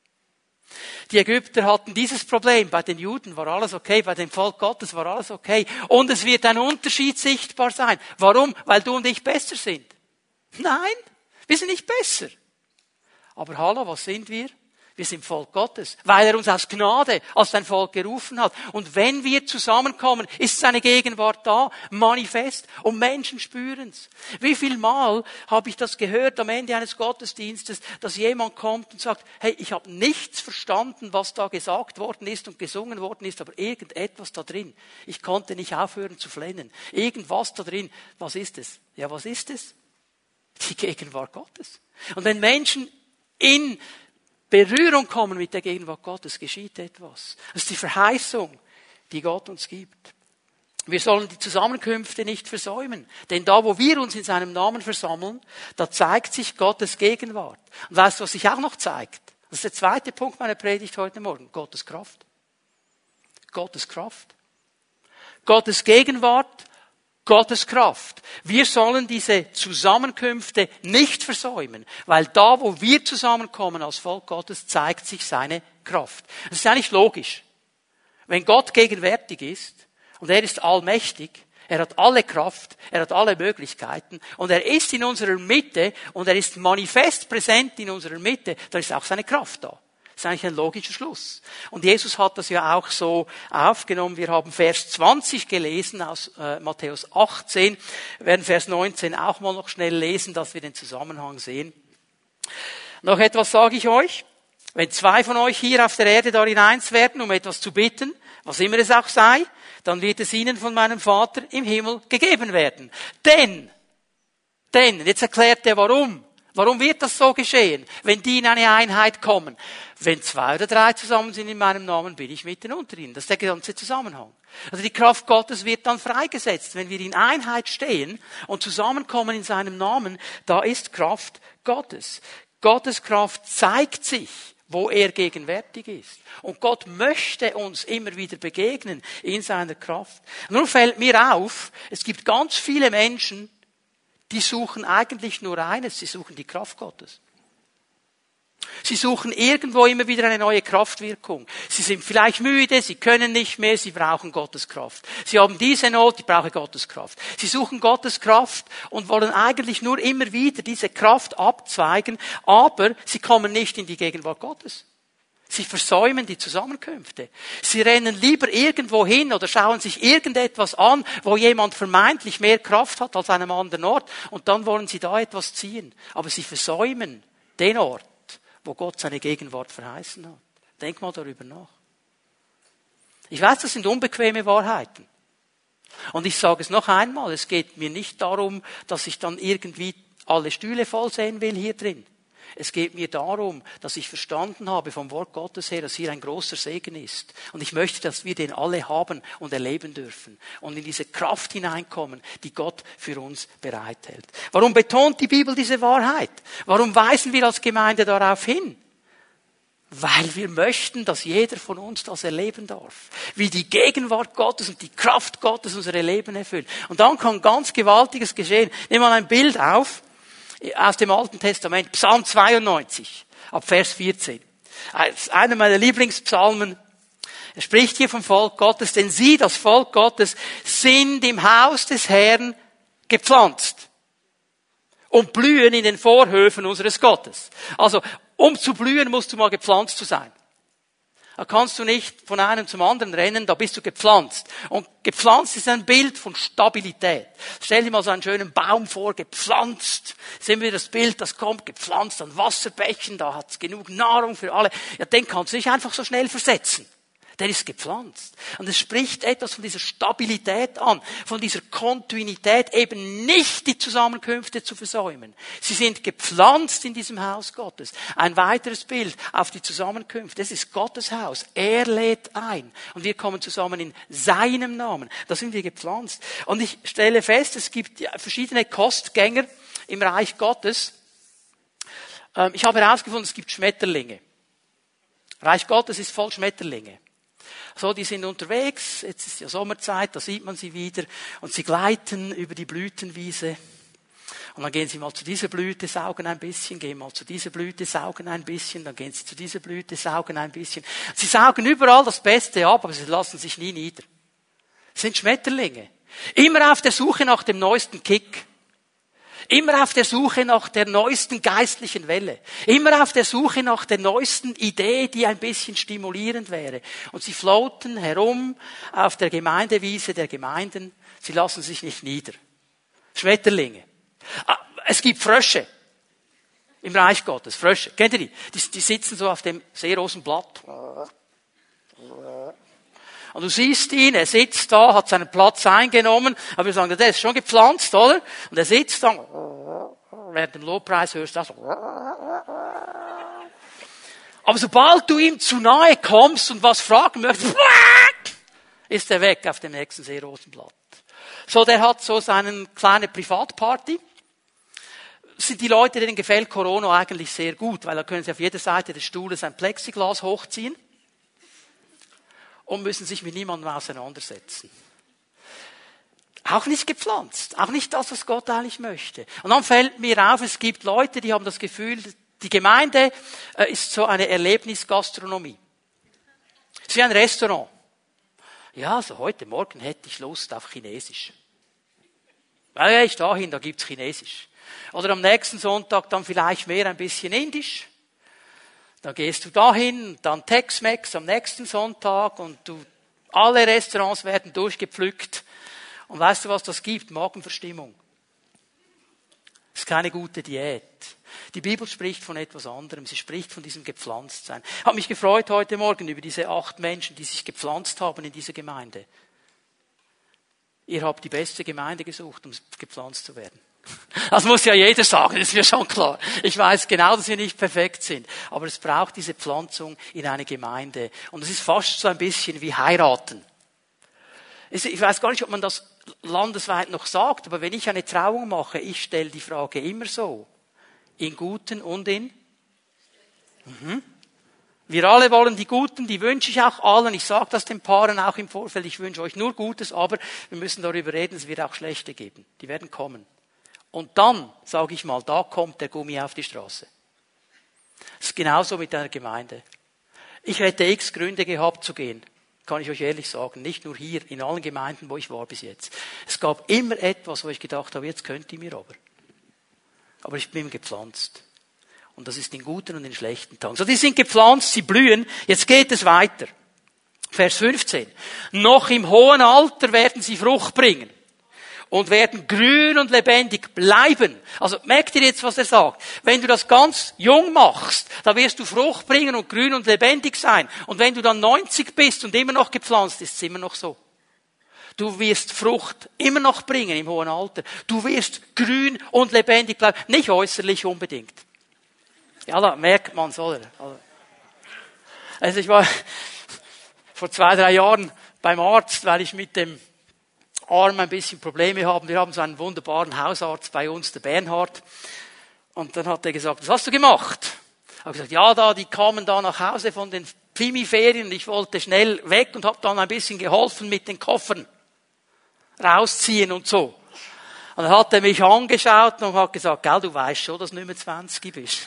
Die Ägypter hatten dieses Problem. Bei den Juden war alles okay, bei dem Volk Gottes war alles okay. Und es wird ein Unterschied sichtbar sein. Warum? Weil du und ich besser sind. Nein, wir sind nicht besser. Aber hallo, was sind wir? Wir sind Volk Gottes, weil er uns aus Gnade als sein Volk gerufen hat. Und wenn wir zusammenkommen, ist seine Gegenwart da, manifest, und Menschen spüren's. Wie viel Mal habe ich das gehört am Ende eines Gottesdienstes, dass jemand kommt und sagt, hey, ich habe nichts verstanden, was da gesagt worden ist und gesungen worden ist, aber irgendetwas da drin. Ich konnte nicht aufhören zu flennen. Irgendwas da drin. Was ist es? Ja, was ist es? Die Gegenwart Gottes. Und wenn Menschen in Berührung kommen mit der Gegenwart Gottes, geschieht etwas. Das ist die Verheißung, die Gott uns gibt. Wir sollen die Zusammenkünfte nicht versäumen. Denn da, wo wir uns in seinem Namen versammeln, da zeigt sich Gottes Gegenwart. Und weißt du, was sich auch noch zeigt? Das ist der zweite Punkt meiner Predigt heute Morgen. Gottes Kraft. Gottes Kraft. Gottes Gegenwart, Gottes Kraft. Wir sollen diese Zusammenkünfte nicht versäumen, weil da, wo wir zusammenkommen als Volk Gottes, zeigt sich seine Kraft. Das ist eigentlich logisch. Wenn Gott gegenwärtig ist und er ist allmächtig, er hat alle Kraft, er hat alle Möglichkeiten und er ist in unserer Mitte und er ist manifest präsent in unserer Mitte, dann ist auch seine Kraft da. Das ist eigentlich ein logischer Schluss. Und Jesus hat das ja auch so aufgenommen. Wir haben Vers zwanzig gelesen aus äh, Matthäus achtzehn. Wir werden Vers neunzehn auch mal noch schnell lesen, dass wir den Zusammenhang sehen. Noch etwas sage ich euch. Wenn zwei von euch hier auf der Erde darin eins werden, um etwas zu bitten, was immer es auch sei, dann wird es ihnen von meinem Vater im Himmel gegeben werden. Denn, denn, jetzt erklärt er warum. Warum wird das so geschehen, wenn die in eine Einheit kommen? Wenn zwei oder drei zusammen sind in meinem Namen, bin ich mitten unter ihnen. Das ist der ganze Zusammenhang. Also die Kraft Gottes wird dann freigesetzt. Wenn wir in Einheit stehen und zusammenkommen in seinem Namen, da ist Kraft Gottes. Gottes Kraft zeigt sich, wo er gegenwärtig ist. Und Gott möchte uns immer wieder begegnen in seiner Kraft. Nun fällt mir auf, es gibt ganz viele Menschen, die suchen eigentlich nur eines, sie suchen die Kraft Gottes. Sie suchen irgendwo immer wieder eine neue Kraftwirkung. Sie sind vielleicht müde, sie können nicht mehr, sie brauchen Gottes Kraft. Sie haben diese Not, die brauchen Gottes Kraft. Sie suchen Gottes Kraft und wollen eigentlich nur immer wieder diese Kraft abzweigen, aber sie kommen nicht in die Gegenwart Gottes. Sie versäumen die Zusammenkünfte. Sie rennen lieber irgendwo hin oder schauen sich irgendetwas an, wo jemand vermeintlich mehr Kraft hat als an einem anderen Ort. Und dann wollen sie da etwas ziehen. Aber sie versäumen den Ort, wo Gott seine Gegenwart verheißen hat. Denk mal darüber nach. Ich weiß, das sind unbequeme Wahrheiten. Und ich sage es noch einmal, es geht mir nicht darum, dass ich dann irgendwie alle Stühle voll sehen will hier drin. Es geht mir darum, dass ich verstanden habe vom Wort Gottes her, dass hier ein großer Segen ist. Und ich möchte, dass wir den alle haben und erleben dürfen. Und in diese Kraft hineinkommen, die Gott für uns bereithält. Warum betont die Bibel diese Wahrheit? Warum weisen wir als Gemeinde darauf hin? Weil wir möchten, dass jeder von uns das erleben darf. Wie die Gegenwart Gottes und die Kraft Gottes unsere Leben erfüllt. Und dann kann ganz Gewaltiges geschehen. Nehmen wir mal ein Bild auf. Aus dem Alten Testament, Psalm zweiundneunzig, ab Vers vierzehn. Das ist einer meiner Lieblingspsalmen. Er spricht hier vom Volk Gottes, denn sie, das Volk Gottes, sind im Haus des Herrn gepflanzt und blühen in den Vorhöfen unseres Gottes. Also, um zu blühen, musst du mal gepflanzt zu sein. Da kannst du nicht von einem zum anderen rennen, da bist du gepflanzt. Und gepflanzt ist ein Bild von Stabilität. Stell dir mal so einen schönen Baum vor, gepflanzt. Sehen wir das Bild, das kommt, gepflanzt an Wasserbächen, da hat es genug Nahrung für alle. Ja, den kannst du nicht einfach so schnell versetzen. Der ist gepflanzt. Und es spricht etwas von dieser Stabilität an, von dieser Kontinuität, eben nicht die Zusammenkünfte zu versäumen. Sie sind gepflanzt in diesem Haus Gottes. Ein weiteres Bild auf die Zusammenkünfte. Es ist Gottes Haus. Er lädt ein. Und wir kommen zusammen in seinem Namen. Da sind wir gepflanzt. Und ich stelle fest, es gibt verschiedene Kostgänger im Reich Gottes. Ich habe herausgefunden, es gibt Schmetterlinge. Reich Gottes ist voll Schmetterlinge. So, die sind unterwegs, jetzt ist ja Sommerzeit, da sieht man sie wieder, und sie gleiten über die Blütenwiese. Und dann gehen sie mal zu dieser Blüte, saugen ein bisschen, gehen mal zu dieser Blüte, saugen ein bisschen, dann gehen sie zu dieser Blüte, saugen ein bisschen. Sie saugen überall das Beste ab, aber sie lassen sich nie nieder. Das sind Schmetterlinge. Immer auf der Suche nach dem neuesten Kick. Immer auf der Suche nach der neuesten geistlichen Welle. Immer auf der Suche nach der neuesten Idee, die ein bisschen stimulierend wäre. Und sie floaten herum auf der Gemeindewiese der Gemeinden. Sie lassen sich nicht nieder. Schmetterlinge. Es gibt Frösche im Reich Gottes. Frösche. Kennt ihr die? Die, die sitzen so auf dem Seerosenblatt. Und du siehst ihn, er sitzt da, hat seinen Platz eingenommen, aber wir sagen, der ist schon gepflanzt, oder? Und er sitzt da, während dem Lobpreis hörst du das. Aber sobald du ihm zu nahe kommst und was fragen möchtest, ist er weg auf dem nächsten Seerosenblatt. So, der hat so seine kleine Privatparty. Das sind die Leute, denen gefällt Corona eigentlich sehr gut, weil da können sie auf jeder Seite des Stuhles ein Plexiglas hochziehen. Und müssen sich mit niemandem auseinandersetzen. Auch nicht gepflanzt. Auch nicht das, was Gott eigentlich möchte. Und dann fällt mir auf, es gibt Leute, die haben das Gefühl, die Gemeinde ist so eine Erlebnisgastronomie. Es ist wie ein Restaurant. Ja, also heute Morgen hätte ich Lust auf Chinesisch. Ja, ja, ich dahin, da gibt's Chinesisch. Oder am nächsten Sonntag dann vielleicht mehr ein bisschen Indisch. Dann gehst du dahin, dann Tex-Mex am nächsten Sonntag und du, alle Restaurants werden durchgepflückt. Und weißt du, was das gibt? Magenverstimmung. Das ist keine gute Diät. Die Bibel spricht von etwas anderem. Sie spricht von diesem Gepflanztsein. Ich habe mich gefreut heute Morgen über diese acht Menschen, die sich gepflanzt haben in dieser Gemeinde. Ihr habt die beste Gemeinde gesucht, um gepflanzt zu werden. Das muss ja jeder sagen, das ist mir schon klar. Ich weiß genau, dass wir nicht perfekt sind. Aber es braucht diese Pflanzung in eine Gemeinde. Und es ist fast so ein bisschen wie heiraten. Ich weiß gar nicht, ob man das landesweit noch sagt, aber wenn ich eine Trauung mache, ich stelle die Frage immer so. In Guten und in? Mhm. Wir alle wollen die Guten, die wünsche ich auch allen. Ich sage das den Paaren auch im Vorfeld, ich wünsche euch nur Gutes, aber wir müssen darüber reden, es wird auch Schlechte geben. Die werden kommen. Und dann, sage ich mal, da kommt der Gummi auf die Straße. Das ist genauso mit einer Gemeinde. Ich hätte x Gründe gehabt zu gehen. Kann ich euch ehrlich sagen, nicht nur hier, in allen Gemeinden, wo ich war bis jetzt. Es gab immer etwas, wo ich gedacht habe, jetzt könnt ihr mir aber. Aber ich bin gepflanzt. Und das ist in guten und in schlechten Tagen. So, die sind gepflanzt, sie blühen. Jetzt geht es weiter. Vers fünfzehn. Noch im hohen Alter werden sie Frucht bringen. Und werden grün und lebendig bleiben. Also merkt ihr jetzt, was er sagt? Wenn du das ganz jung machst, dann wirst du Frucht bringen und grün und lebendig sein. Und wenn du dann neunzig bist und immer noch gepflanzt, ist es immer noch so. Du wirst Frucht immer noch bringen im hohen Alter. Du wirst grün und lebendig bleiben. Nicht äußerlich unbedingt. Ja, da merkt man es, oder? Also ich war vor zwei, drei Jahren beim Arzt, weil ich mit dem Arm ein bisschen Probleme haben. Wir haben so einen wunderbaren Hausarzt bei uns, der Bernhard. Und dann hat er gesagt, was hast du gemacht? Ich habe gesagt, ja, da, die kamen da nach Hause von den Pfimi-Ferien und ich wollte schnell weg und habe dann ein bisschen geholfen mit den Koffern rausziehen und so. Und dann hat er mich angeschaut und hat gesagt, gell, du weißt schon, dass du nicht mehr zwanzig bist.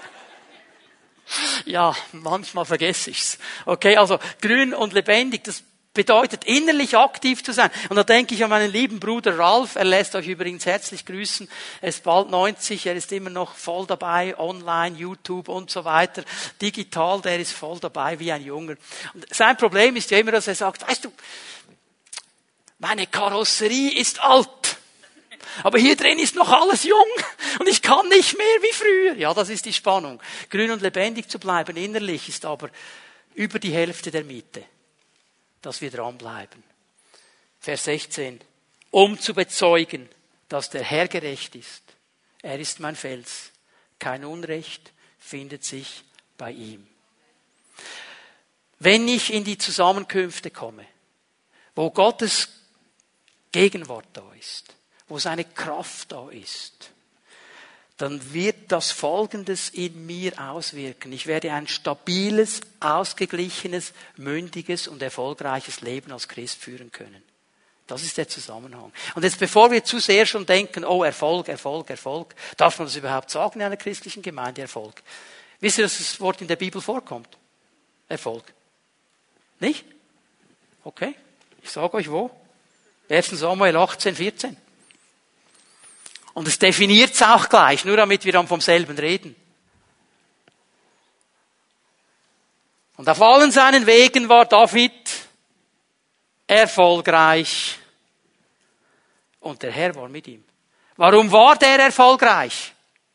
Ja, manchmal vergesse ich's. Okay, also grün und lebendig, das bedeutet innerlich aktiv zu sein. Und da denke ich an meinen lieben Bruder Ralf, er lässt euch übrigens herzlich grüßen. Er ist bald neunzig, er ist immer noch voll dabei, online, YouTube und so weiter. Digital, der ist voll dabei wie ein Junger. Und sein Problem ist ja immer, dass er sagt, weißt du, meine Karosserie ist alt. Aber hier drin ist noch alles jung und ich kann nicht mehr wie früher. Ja, das ist die Spannung. Grün und lebendig zu bleiben innerlich ist aber über die Hälfte der Miete, dass wir dranbleiben. Vers sechzehn. Um zu bezeugen, dass der Herr gerecht ist. Er ist mein Fels. Kein Unrecht findet sich bei ihm. Wenn ich in die Zusammenkünfte komme, wo Gottes Gegenwart da ist, wo seine Kraft da ist, dann wird das Folgendes in mir auswirken. Ich werde ein stabiles, ausgeglichenes, mündiges und erfolgreiches Leben als Christ führen können. Das ist der Zusammenhang. Und jetzt, bevor wir zu sehr schon denken, oh, Erfolg, Erfolg, Erfolg, darf man das überhaupt sagen in einer christlichen Gemeinde, Erfolg? Wisst ihr, dass das Wort in der Bibel vorkommt? Erfolg. Nicht? Okay. Ich sage euch wo. erster Samuel achtzehn, vierzehn. Und es definiert es auch gleich, nur damit wir dann vom selben reden. Und auf allen seinen Wegen war David erfolgreich. Und der Herr war mit ihm. Warum war der erfolgreich?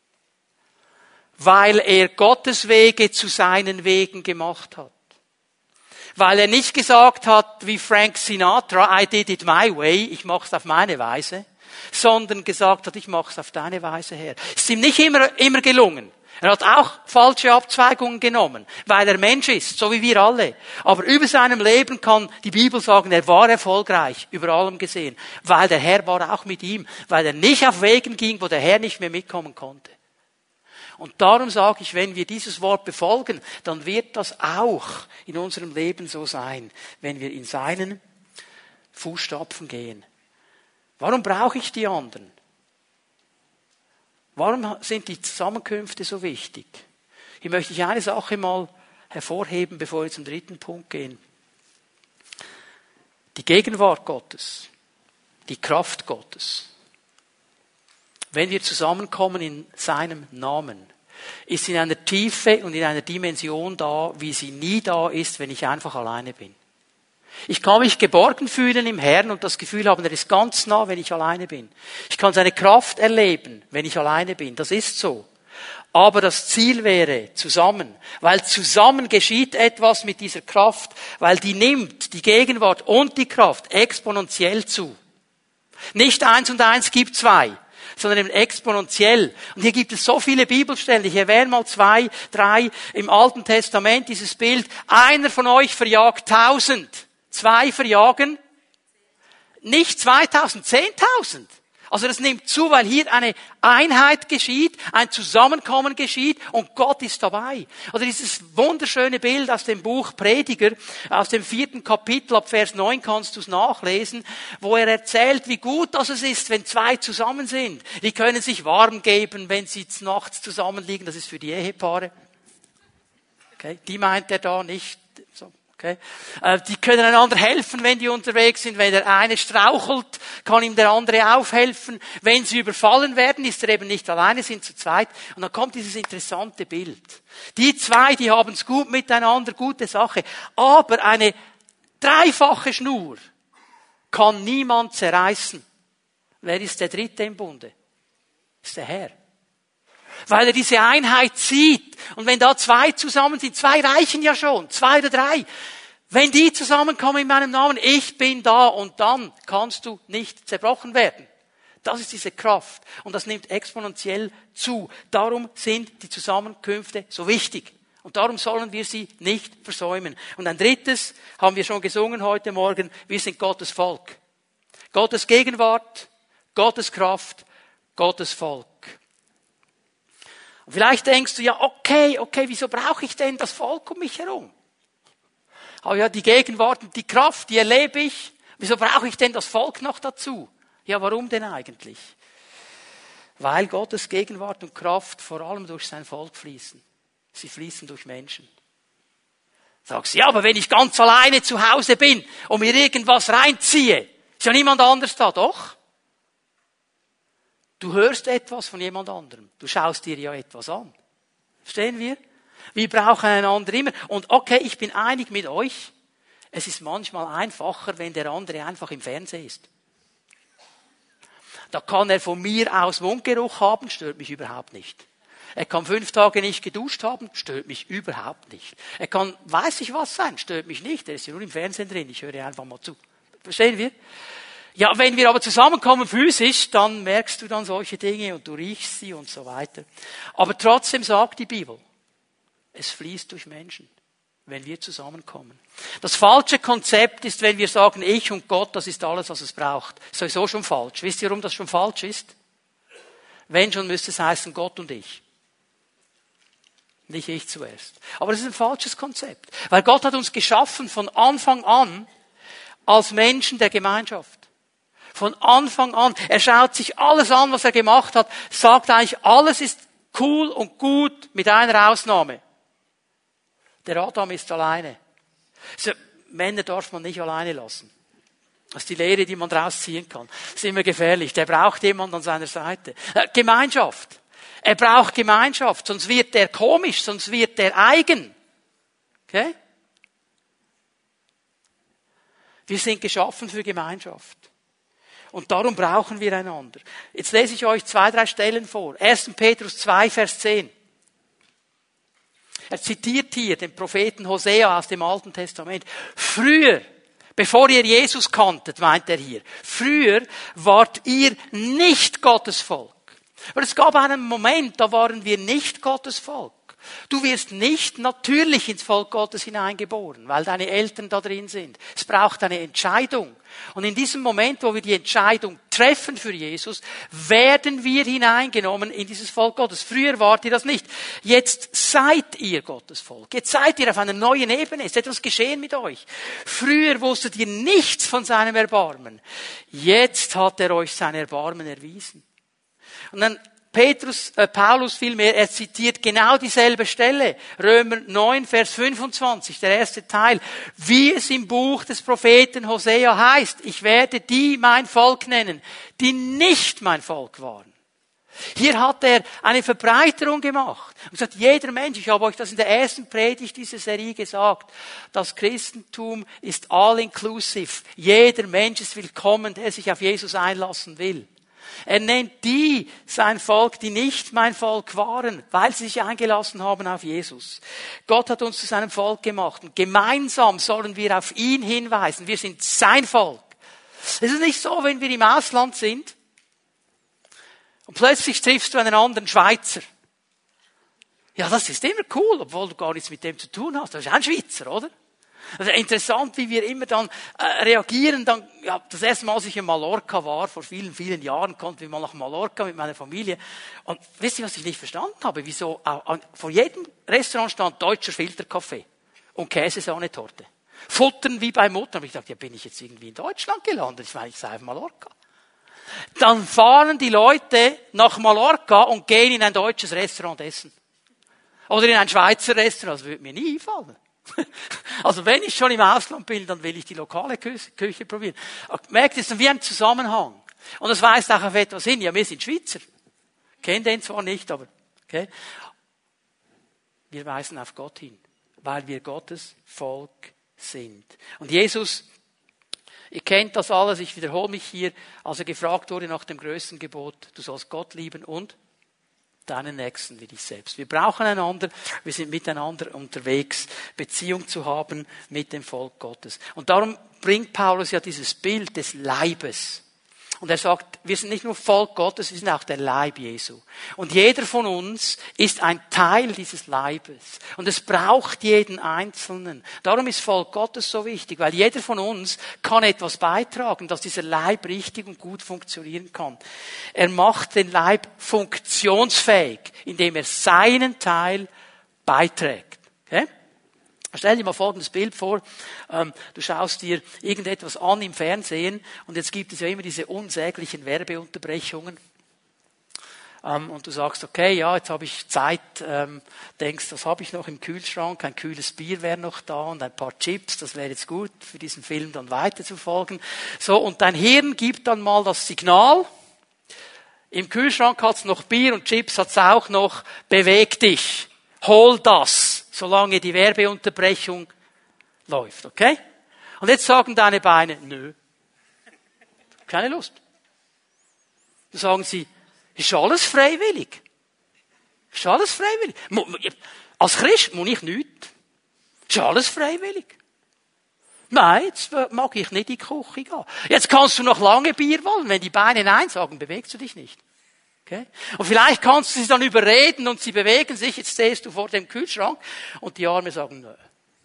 Weil er Gottes Wege zu seinen Wegen gemacht hat. Weil er nicht gesagt hat, wie Frank Sinatra, I did it my way, ich mach's auf meine Weise, sondern gesagt hat, ich mach's auf deine Weise her. Ist ihm nicht immer, immer gelungen. Er hat auch falsche Abzweigungen genommen, weil er Mensch ist, so wie wir alle. Aber über seinem Leben kann die Bibel sagen, er war erfolgreich, über allem gesehen, weil der Herr war auch mit ihm, weil er nicht auf Wegen ging, wo der Herr nicht mehr mitkommen konnte. Und darum sage ich, wenn wir dieses Wort befolgen, dann wird das auch in unserem Leben so sein, wenn wir in seinen Fußstapfen gehen. Warum brauche ich die anderen? Warum sind die Zusammenkünfte so wichtig? Hier möchte ich eine Sache mal hervorheben, bevor wir zum dritten Punkt gehen. Die Gegenwart Gottes, die Kraft Gottes, wenn wir zusammenkommen in seinem Namen, ist in einer Tiefe und in einer Dimension da, wie sie nie da ist, wenn ich einfach alleine bin. Ich kann mich geborgen fühlen im Herrn und das Gefühl haben, er ist ganz nah, wenn ich alleine bin. Ich kann seine Kraft erleben, wenn ich alleine bin. Das ist so. Aber das Ziel wäre zusammen, weil zusammen geschieht etwas mit dieser Kraft, weil die nimmt die Gegenwart und die Kraft exponentiell zu. Nicht eins und eins gibt zwei, sondern eben exponentiell. Und hier gibt es so viele Bibelstellen. Ich erwähne mal zwei, drei im Alten Testament, dieses Bild. Einer von euch verjagt tausend. Zwei verjagen nicht zweitausend, zehntausend. Also das nimmt zu, weil hier eine Einheit geschieht, ein Zusammenkommen geschieht und Gott ist dabei. Oder dieses wunderschöne Bild aus dem Buch Prediger, aus dem vierten Kapitel, ab Vers neun kannst du es nachlesen, wo er erzählt, wie gut das es ist, wenn zwei zusammen sind. Die können sich warm geben, wenn sie nachts zusammenliegen. Das ist für die Ehepaare. Okay, die meint er da nicht. So. Okay. Die können einander helfen, wenn die unterwegs sind. Wenn der eine strauchelt, kann ihm der andere aufhelfen. Wenn sie überfallen werden, ist er eben nicht alleine, sind zu zweit. Und dann kommt dieses interessante Bild. Die zwei, die haben es gut miteinander, gute Sache. Aber eine dreifache Schnur kann niemand zerreißen. Wer ist der Dritte im Bunde? Das ist der Herr. Weil er diese Einheit sieht. Und wenn da zwei zusammen sind, zwei reichen ja schon, zwei oder drei. Wenn die zusammenkommen in meinem Namen, ich bin da und dann kannst du nicht zerbrochen werden. Das ist diese Kraft. Und das nimmt exponentiell zu. Darum sind die Zusammenkünfte so wichtig. Und darum sollen wir sie nicht versäumen. Und ein drittes haben wir schon gesungen heute Morgen. Wir sind Gottes Volk. Gottes Gegenwart, Gottes Kraft, Gottes Volk. Und vielleicht denkst du, ja, okay, okay, wieso brauche ich denn das Volk um mich herum? Aber ja, die Gegenwart und die Kraft, die erlebe ich. Wieso brauche ich denn das Volk noch dazu? Ja, warum denn eigentlich? Weil Gottes Gegenwart und Kraft vor allem durch sein Volk fließen. Sie fließen durch Menschen. Sagst du, ja, aber wenn ich ganz alleine zu Hause bin und mir irgendwas reinziehe, ist ja niemand anders da, doch? Du hörst etwas von jemand anderem. Du schaust dir ja etwas an. Verstehen wir? Wir brauchen einander immer. Und okay, ich bin einig mit euch. Es ist manchmal einfacher, wenn der andere einfach im Fernsehen ist. Da kann er von mir aus Mundgeruch haben, stört mich überhaupt nicht. Er kann fünf Tage nicht geduscht haben, stört mich überhaupt nicht. Er kann, weiß ich was sein, stört mich nicht. Er ist ja nur im Fernsehen drin, ich höre einfach mal zu. Verstehen wir? Ja, wenn wir aber zusammenkommen physisch, dann merkst du dann solche Dinge und du riechst sie und so weiter. Aber trotzdem sagt die Bibel, es fließt durch Menschen, wenn wir zusammenkommen. Das falsche Konzept ist, wenn wir sagen, ich und Gott, das ist alles, was es braucht. Sowieso schon falsch. Wisst ihr, warum das schon falsch ist? Wenn schon, müsste es heißen Gott und ich. Nicht ich zuerst. Aber das ist ein falsches Konzept. Weil Gott hat uns geschaffen von Anfang an als Menschen der Gemeinschaft. Von Anfang an. Er schaut sich alles an, was er gemacht hat, sagt eigentlich, alles ist cool und gut, mit einer Ausnahme. Der Adam ist alleine. Also, Männer darf man nicht alleine lassen. Das ist die Lehre, die man daraus ziehen kann. Das ist immer gefährlich. Der braucht jemanden an seiner Seite. Äh, Gemeinschaft. Er braucht Gemeinschaft, sonst wird der komisch, sonst wird der eigen. Okay? Wir sind geschaffen für Gemeinschaft. Und darum brauchen wir einander. Jetzt lese ich euch zwei, drei Stellen vor. erster Petrus zwei, Vers zehn. Er zitiert hier den Propheten Hosea aus dem Alten Testament. Früher, bevor ihr Jesus kanntet, meint er hier, früher wart ihr nicht Gottes Volk. Aber es gab einen Moment, da waren wir nicht Gottes Volk. Du wirst nicht natürlich ins Volk Gottes hineingeboren, weil deine Eltern da drin sind. Es braucht eine Entscheidung. Und in diesem Moment, wo wir die Entscheidung treffen für Jesus, werden wir hineingenommen in dieses Volk Gottes. Früher wart ihr das nicht. Jetzt seid ihr Gottes Volk. Jetzt seid ihr auf einer neuen Ebene. Es ist etwas geschehen mit euch. Früher wusstet ihr nichts von seinem Erbarmen. Jetzt hat er euch sein Erbarmen erwiesen. Und dann Petrus, äh, Paulus vielmehr, er zitiert genau dieselbe Stelle. Römer neun, Vers fünfundzwanzig, der erste Teil. Wie es im Buch des Propheten Hosea heißt, ich werde die mein Volk nennen, die nicht mein Volk waren. Hier hat er eine Verbreiterung gemacht. Und gesagt, jeder Mensch, ich habe euch das in der ersten Predigt dieser Serie gesagt, das Christentum ist all-inclusive. Jeder Mensch ist willkommen, der sich auf Jesus einlassen will. Er nennt die sein Volk, die nicht mein Volk waren, weil sie sich eingelassen haben auf Jesus. Gott hat uns zu seinem Volk gemacht und gemeinsam sollen wir auf ihn hinweisen. Wir sind sein Volk. Es ist nicht so, wenn wir im Ausland sind Und plötzlich triffst du einen anderen Schweizer. Ja, das ist immer cool, obwohl du gar nichts mit dem zu tun hast. Das ist ein Schweizer, oder? Also interessant, wie wir immer dann äh, reagieren. Dann, ja, das erste Mal, als ich in Mallorca war, vor vielen, vielen Jahren, konnten wir mal nach Mallorca mit meiner Familie. Und wisst ihr, was ich nicht verstanden habe? Wieso auch, an, vor jedem Restaurant stand deutscher Filterkaffee und Käsesahnetorte. Futtern wie bei Mutter. Da habe ich gedacht, ja, bin ich jetzt irgendwie in Deutschland gelandet? Ich meine, ich sei auf Mallorca. Dann fahren die Leute nach Mallorca und gehen in ein deutsches Restaurant essen. Oder in ein Schweizer Restaurant. Das würde mir nie einfallen. Also wenn ich schon im Ausland bin, dann will ich die lokale Küche, Küche probieren. Merkt, es ist wie ein Zusammenhang. Und das weist auch auf etwas hin. Ja, wir sind Schweizer. Kennen den zwar nicht, aber okay. Wir weisen auf Gott hin, weil wir Gottes Volk sind. Und Jesus, ihr kennt das alles, ich wiederhole mich hier, als er gefragt wurde nach dem größten Gebot, du sollst Gott lieben und deinen Nächsten wie dich selbst. Wir brauchen einander, wir sind miteinander unterwegs, Beziehung zu haben mit dem Volk Gottes. Und darum bringt Paulus ja dieses Bild des Leibes. Und er sagt, wir sind nicht nur Volk Gottes, wir sind auch der Leib Jesu. Und jeder von uns ist ein Teil dieses Leibes. Und es braucht jeden Einzelnen. Darum ist Volk Gottes so wichtig, weil jeder von uns kann etwas beitragen, dass dieser Leib richtig und gut funktionieren kann. Er macht den Leib funktionsfähig, indem er seinen Teil beiträgt. Okay? Stell dir mal folgendes Bild vor. Du schaust dir irgendetwas an im Fernsehen und jetzt gibt es ja immer diese unsäglichen Werbeunterbrechungen. Und du sagst, okay, ja, jetzt habe ich Zeit, denkst, was habe ich noch im Kühlschrank? Ein kühles Bier wäre noch da und ein paar Chips, das wäre jetzt gut, für diesen Film dann weiter zu folgen. So, und dein Hirn gibt dann mal das Signal. Im Kühlschrank hat es noch Bier und Chips hat es auch noch, beweg dich, hol das. Solange die Werbeunterbrechung läuft, okay? Und jetzt sagen deine Beine, nö. Keine Lust. Dann sagen sie, ist alles freiwillig. Ist alles freiwillig. Als Christ muss ich nichts. Ist alles freiwillig. Nein, jetzt mag ich nicht in die Küche gehen. Jetzt kannst du noch lange Bier wollen. Wenn die Beine nein sagen, bewegst du dich nicht. Okay? Und vielleicht kannst du sie dann überreden und sie bewegen sich, jetzt stehst du vor dem Kühlschrank und die Arme sagen, nö.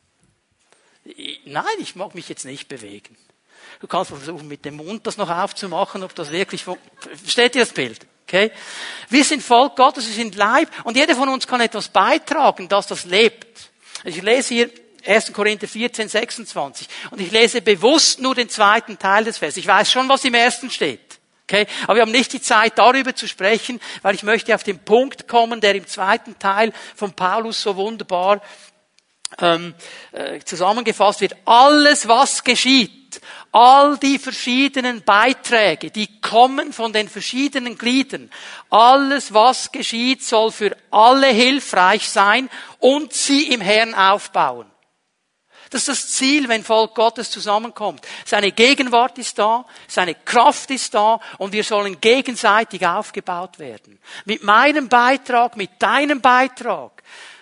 Nein, ich mag mich jetzt nicht bewegen. Du kannst versuchen, mit dem Mund das noch aufzumachen, ob das wirklich funktioniert. Versteht ihr das Bild? Okay? Wir sind Volk Gottes, wir sind Leib und jeder von uns kann etwas beitragen, dass das lebt. Ich lese hier erster Korinther vierzehn, sechsundzwanzig und ich lese bewusst nur den zweiten Teil des Verses. Ich weiß schon, was im ersten steht. Okay, aber wir haben nicht die Zeit, darüber zu sprechen, weil ich möchte auf den Punkt kommen, der im zweiten Teil von Paulus so wunderbar ähm, äh, zusammengefasst wird. Alles, was geschieht, all die verschiedenen Beiträge, die kommen von den verschiedenen Gliedern, alles, was geschieht, soll für alle hilfreich sein und sie im Herrn aufbauen. Das ist das Ziel, wenn Volk Gottes zusammenkommt. Seine Gegenwart ist da, seine Kraft ist da und wir sollen gegenseitig aufgebaut werden. Mit meinem Beitrag, mit deinem Beitrag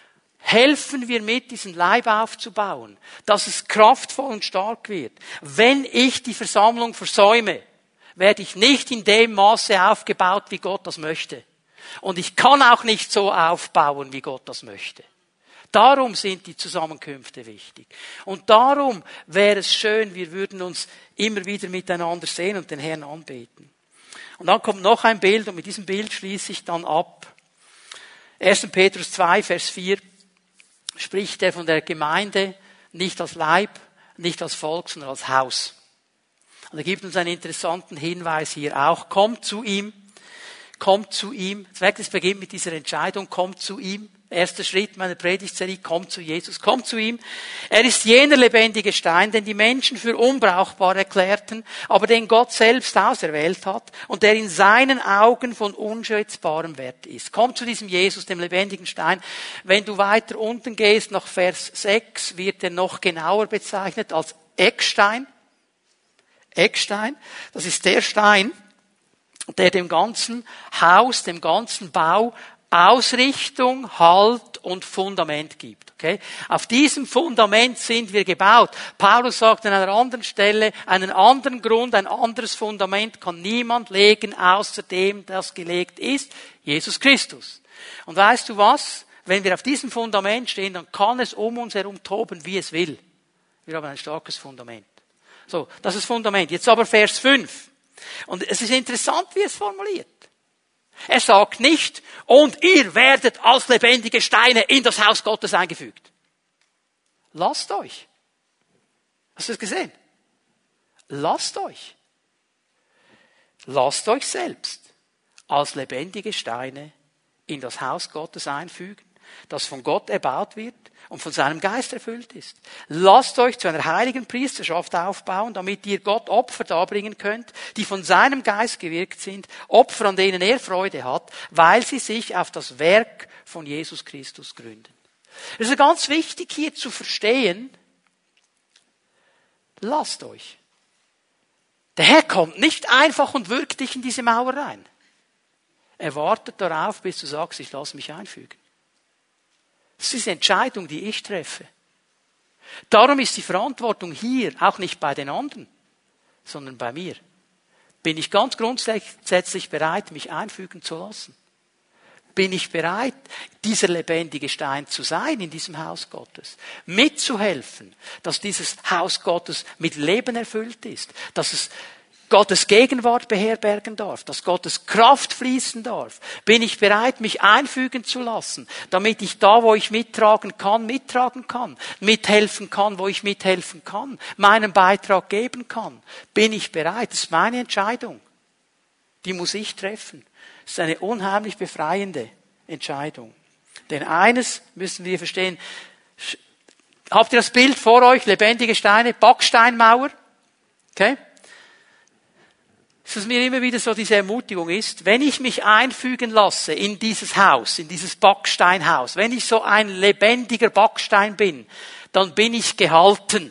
helfen wir mit, diesen Leib aufzubauen, dass es kraftvoll und stark wird. Wenn ich die Versammlung versäume, werde ich nicht in dem Maße aufgebaut, wie Gott das möchte. Und ich kann auch nicht so aufbauen, wie Gott das möchte. Darum sind die Zusammenkünfte wichtig. Und darum wäre es schön, wir würden uns immer wieder miteinander sehen und den Herrn anbeten. Und dann kommt noch ein Bild und mit diesem Bild schließe ich dann ab. erster Petrus zwei, Vers vier spricht er von der Gemeinde nicht als Leib, nicht als Volk, sondern als Haus. Und er gibt uns einen interessanten Hinweis hier auch. Kommt zu ihm, kommt zu ihm. Es beginnt mit dieser Entscheidung, kommt zu ihm. Erster Schritt meiner Predigtserie, kommt zu Jesus, kommt zu ihm. Er ist jener lebendige Stein, den die Menschen für unbrauchbar erklärten, aber den Gott selbst auserwählt hat und der in seinen Augen von unschätzbarem Wert ist. Kommt zu diesem Jesus, dem lebendigen Stein. Wenn du weiter unten gehst, nach Vers sechs, wird er noch genauer bezeichnet als Eckstein. Eckstein, das ist der Stein, der dem ganzen Haus, dem ganzen Bau Ausrichtung, Halt und Fundament gibt. Okay? Auf diesem Fundament sind wir gebaut. Paulus sagt an einer anderen Stelle, einen anderen Grund, ein anderes Fundament kann niemand legen, außer dem, das gelegt ist, Jesus Christus. Und weißt du was? Wenn wir auf diesem Fundament stehen, dann kann es um uns herum toben, wie es will. Wir haben ein starkes Fundament. So, das ist das Fundament. Jetzt aber Vers fünf. Und es ist interessant, wie es formuliert. Er sagt nicht, und ihr werdet als lebendige Steine in das Haus Gottes eingefügt. Lasst euch. Hast du es gesehen? Lasst euch. Lasst euch selbst als lebendige Steine in das Haus Gottes einfügen, das von Gott erbaut wird und von seinem Geist erfüllt ist. Lasst euch zu einer heiligen Priesterschaft aufbauen, damit ihr Gott Opfer darbringen könnt, die von seinem Geist gewirkt sind, Opfer, an denen er Freude hat, weil sie sich auf das Werk von Jesus Christus gründen. Es ist ganz wichtig hier zu verstehen, lasst euch. Der Herr kommt nicht einfach und wirkt dich in diese Mauer rein. Er wartet darauf, bis du sagst, ich lasse mich einfügen. Das ist die Entscheidung, die ich treffe. Darum ist die Verantwortung hier auch nicht bei den anderen, sondern bei mir. Bin ich ganz grundsätzlich bereit, mich einfügen zu lassen? Bin ich bereit, dieser lebendige Stein zu sein in diesem Haus Gottes? Mitzuhelfen, dass dieses Haus Gottes mit Leben erfüllt ist, dass es Gottes Gegenwart beherbergen darf, dass Gottes Kraft fließen darf. Bin ich bereit, mich einfügen zu lassen, damit ich da, wo ich mittragen kann, mittragen kann, mithelfen kann, wo ich mithelfen kann, meinen Beitrag geben kann. Bin ich bereit? Das ist meine Entscheidung. Die muss ich treffen. Das ist eine unheimlich befreiende Entscheidung. Denn eines müssen wir verstehen. Habt ihr das Bild vor euch? Lebendige Steine, Backsteinmauer. Okay? Dass mir immer wieder so diese Ermutigung ist, wenn ich mich einfügen lasse in dieses Haus, in dieses Backsteinhaus, wenn ich so ein lebendiger Backstein bin, dann bin ich gehalten.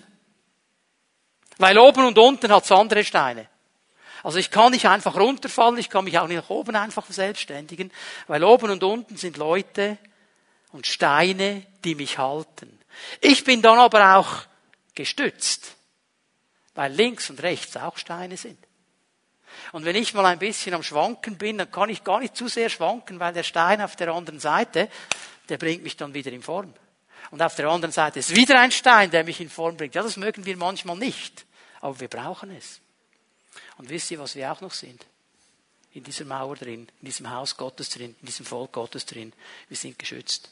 Weil oben und unten hat es andere Steine. Also ich kann nicht einfach runterfallen, ich kann mich auch nicht nach oben einfach verselbstständigen, weil oben und unten sind Leute und Steine, die mich halten. Ich bin dann aber auch gestützt, weil links und rechts auch Steine sind. Und wenn ich mal ein bisschen am Schwanken bin, dann kann ich gar nicht zu sehr schwanken, weil der Stein auf der anderen Seite, der bringt mich dann wieder in Form. Und auf der anderen Seite ist wieder ein Stein, der mich in Form bringt. Ja, das mögen wir manchmal nicht, aber wir brauchen es. Und wisst ihr, was wir auch noch sind? In dieser Mauer drin, in diesem Haus Gottes drin, in diesem Volk Gottes drin. Wir sind geschützt.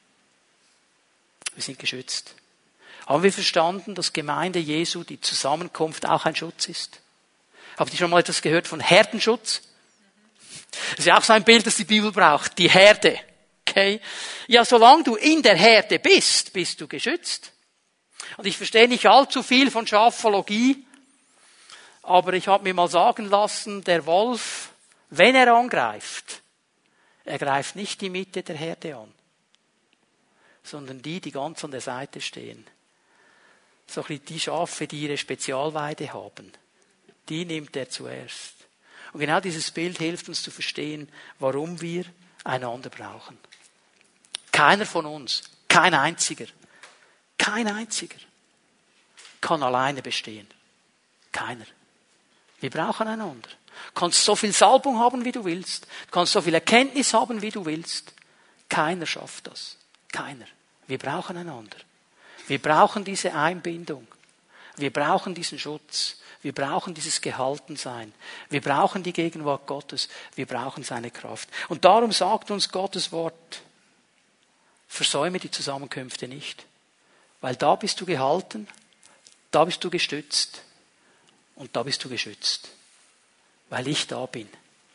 Wir sind geschützt. Haben wir verstanden, dass Gemeinde Jesu, die Zusammenkunft auch ein Schutz ist? Habt ihr schon mal etwas gehört von Herdenschutz? Das ist ja auch so ein Bild, das die Bibel braucht. Die Herde. Okay? Ja, solange du in der Herde bist, bist du geschützt. Und ich verstehe nicht allzu viel von Schafologie, aber ich habe mir mal sagen lassen, der Wolf, wenn er angreift, er greift nicht die Mitte der Herde an, sondern die, die ganz an der Seite stehen. So ein bisschen die Schafe, die ihre Spezialweide haben. Die nimmt er zuerst. Und genau dieses Bild hilft uns zu verstehen, warum wir einander brauchen. Keiner von uns, kein einziger, kein einziger kann alleine bestehen. Keiner. Wir brauchen einander. Du kannst so viel Salbung haben, wie du willst. Du kannst so viel Erkenntnis haben, wie du willst. Keiner schafft das. Keiner. Wir brauchen einander. Wir brauchen diese Einbindung. Wir brauchen diesen Schutz. Wir brauchen dieses Gehaltensein. Wir brauchen die Gegenwart Gottes. Wir brauchen seine Kraft. Und darum sagt uns Gottes Wort, versäume die Zusammenkünfte nicht. Weil da bist du gehalten, da bist du gestützt und da bist du geschützt. Weil ich da bin.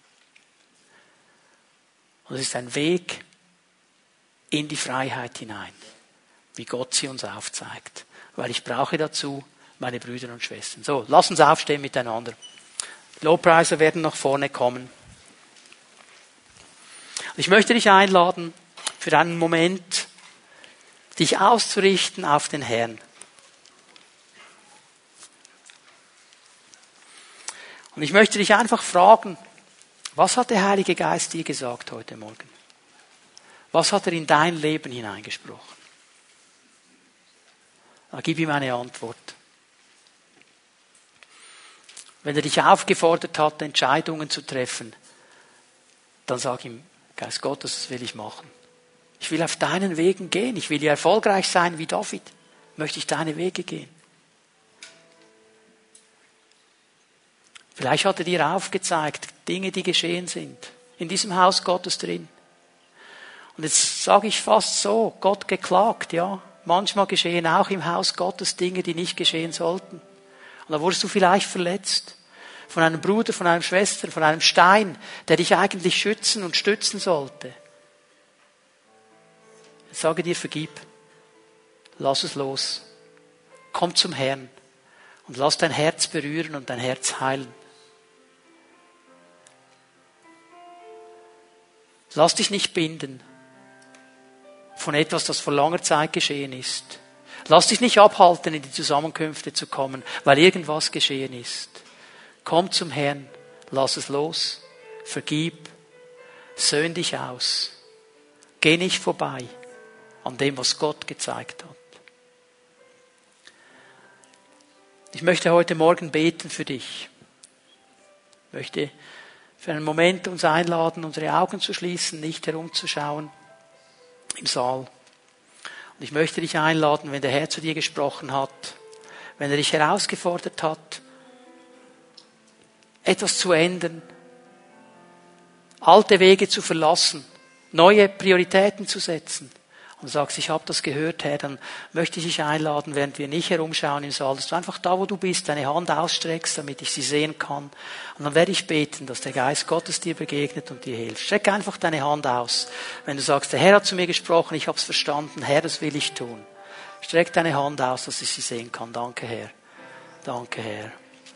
Und es ist ein Weg in die Freiheit hinein, wie Gott sie uns aufzeigt. Weil ich brauche dazu meine Brüder und Schwestern. So, lass uns aufstehen miteinander. Die Lobpreiser werden nach vorne kommen. Ich möchte dich einladen, für einen Moment dich auszurichten auf den Herrn. Und ich möchte dich einfach fragen, was hat der Heilige Geist dir gesagt heute Morgen? Was hat er in dein Leben hineingesprochen? Da gib ihm eine Antwort. Wenn er dich aufgefordert hat, Entscheidungen zu treffen, dann sag ihm, Geist Gottes, das will ich machen. Ich will auf deinen Wegen gehen. Ich will ja erfolgreich sein wie David. Möchte ich deine Wege gehen. Vielleicht hat er dir aufgezeigt, Dinge, die geschehen sind. In diesem Haus Gottes drin. Und jetzt sage ich fast so, Gott geklagt, ja. Manchmal geschehen auch im Haus Gottes Dinge, die nicht geschehen sollten. Und da wurdest du vielleicht verletzt. Von einem Bruder, von einer Schwester, von einem Stein, der dich eigentlich schützen und stützen sollte. Ich sage dir, vergib. Lass es los. Komm zum Herrn. Und lass dein Herz berühren und dein Herz heilen. Lass dich nicht binden von etwas, das vor langer Zeit geschehen ist. Lass dich nicht abhalten, in die Zusammenkünfte zu kommen, weil irgendwas geschehen ist. Komm zum Herrn, lass es los, vergib, söhn dich aus. Geh nicht vorbei an dem, was Gott gezeigt hat. Ich möchte heute Morgen beten für dich. Ich möchte für einen Moment uns einladen, unsere Augen zu schließen, nicht herumzuschauen im Saal. Und ich möchte dich einladen, wenn der Herr zu dir gesprochen hat, wenn er dich herausgefordert hat, etwas zu ändern, alte Wege zu verlassen, neue Prioritäten zu setzen. Und sagst, ich habe das gehört, Herr, dann möchte ich dich einladen, während wir nicht herumschauen im Saal, dass du einfach da, wo du bist, deine Hand ausstreckst, damit ich sie sehen kann. Und dann werde ich beten, dass der Geist Gottes dir begegnet und dir hilft. Streck einfach deine Hand aus. Wenn du sagst, der Herr hat zu mir gesprochen, ich habe es verstanden, Herr, das will ich tun. Streck deine Hand aus, dass ich sie sehen kann. Danke, Herr. Danke, Herr.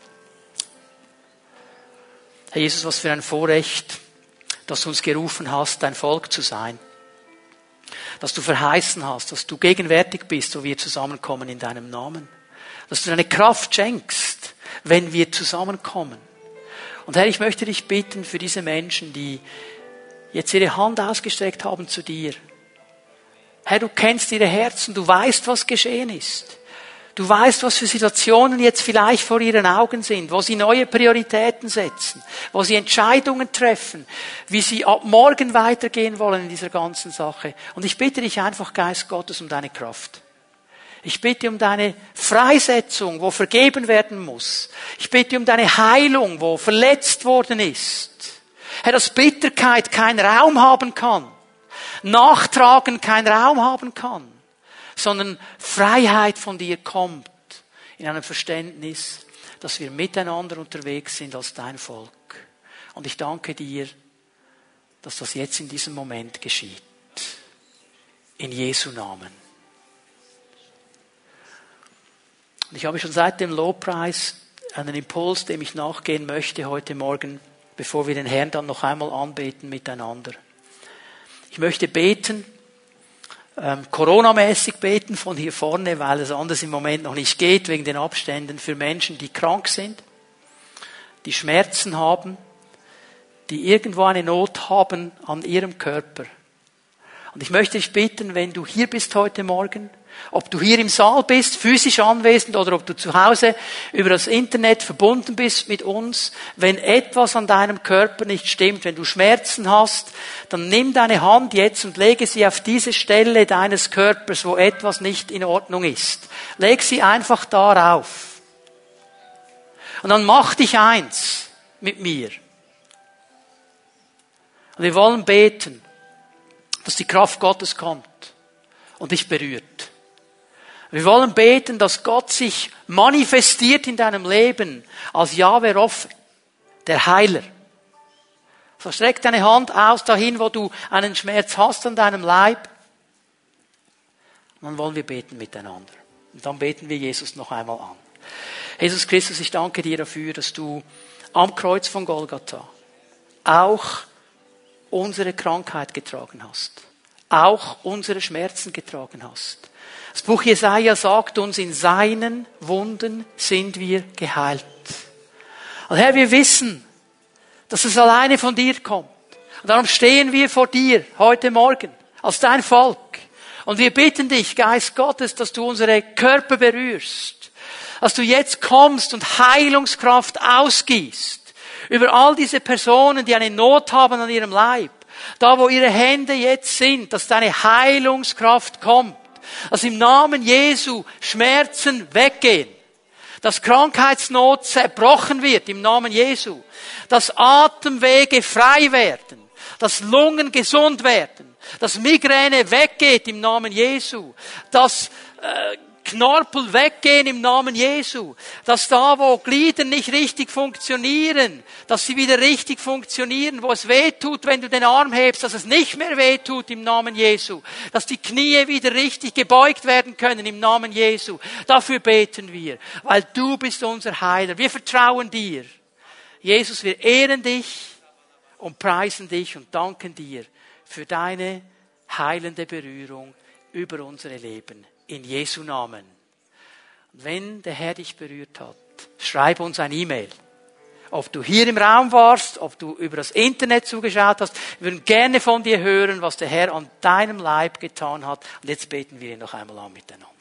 Herr Jesus, was für ein Vorrecht, dass du uns gerufen hast, dein Volk zu sein. Dass du verheißen hast, dass du gegenwärtig bist, wo wir zusammenkommen in deinem Namen. Dass du deine Kraft schenkst, wenn wir zusammenkommen. Und Herr, ich möchte dich bitten für diese Menschen, die jetzt ihre Hand ausgestreckt haben zu dir. Herr, du kennst ihre Herzen, du weißt, was geschehen ist. Du weißt, was für Situationen jetzt vielleicht vor ihren Augen sind, wo sie neue Prioritäten setzen, wo sie Entscheidungen treffen, wie sie ab morgen weitergehen wollen in dieser ganzen Sache. Und ich bitte dich einfach, Geist Gottes, um deine Kraft. Ich bitte um deine Freisetzung, wo vergeben werden muss. Ich bitte um deine Heilung, wo verletzt worden ist. Herr, dass Bitterkeit keinen Raum haben kann, Nachtragen keinen Raum haben kann, sondern Freiheit von dir kommt in einem Verständnis, dass wir miteinander unterwegs sind als dein Volk. Und ich danke dir, dass das jetzt in diesem Moment geschieht. In Jesu Namen. Und ich habe schon seit dem Lobpreis einen Impuls, dem ich nachgehen möchte heute Morgen, bevor wir den Herrn dann noch einmal anbeten miteinander. Ich möchte beten, Ähm, Corona-mäßig beten von hier vorne, weil es anders im Moment noch nicht geht, wegen den Abständen, für Menschen, die krank sind, die Schmerzen haben, die irgendwo eine Not haben an ihrem Körper. Und ich möchte dich bitten, wenn du hier bist heute Morgen, ob du hier im Saal bist, physisch anwesend, oder ob du zu Hause über das Internet verbunden bist mit uns, wenn etwas an deinem Körper nicht stimmt, wenn du Schmerzen hast, dann nimm deine Hand jetzt und lege sie auf diese Stelle deines Körpers, wo etwas nicht in Ordnung ist. Leg sie einfach darauf. Und dann mach dich eins mit mir. Und wir wollen beten, dass die Kraft Gottes kommt und dich berührt. Wir wollen beten, dass Gott sich manifestiert in deinem Leben als Jahwe Rapha, der Heiler. So streck deine Hand aus dahin, wo du einen Schmerz hast an deinem Leib. Und dann wollen wir beten miteinander. Und dann beten wir Jesus noch einmal an. Jesus Christus, ich danke dir dafür, dass du am Kreuz von Golgatha auch unsere Krankheit getragen hast. Auch unsere Schmerzen getragen hast. Das Buch Jesaja sagt uns, in seinen Wunden sind wir geheilt. Und Herr, wir wissen, dass es alleine von dir kommt. Und darum stehen wir vor dir heute Morgen als dein Volk. Und wir bitten dich, Geist Gottes, dass du unsere Körper berührst. Dass du jetzt kommst und Heilungskraft ausgießt über all diese Personen, die eine Not haben an ihrem Leib. Da, wo ihre Hände jetzt sind, dass deine Heilungskraft kommt. Dass im Namen Jesu Schmerzen weggehen. Dass Krankheitsnot zerbrochen wird im Namen Jesu. Dass Atemwege frei werden. Dass Lungen gesund werden. Dass Migräne weggeht im Namen Jesu. Dass äh, Knorpel weggehen im Namen Jesu. Dass da, wo Glieder nicht richtig funktionieren, dass sie wieder richtig funktionieren. Wo es weh tut, wenn du den Arm hebst, dass es nicht mehr weh tut im Namen Jesu. Dass die Knie wieder richtig gebeugt werden können im Namen Jesu. Dafür beten wir, weil du bist unser Heiler. Wir vertrauen dir. Jesus, wir ehren dich und preisen dich und danken dir für deine heilende Berührung über unsere Leben. In Jesu Namen. Und wenn der Herr dich berührt hat, schreib uns ein E-Mail. Ob du hier im Raum warst, ob du über das Internet zugeschaut hast, wir würden gerne von dir hören, was der Herr an deinem Leib getan hat. Und jetzt beten wir ihn noch einmal an miteinander.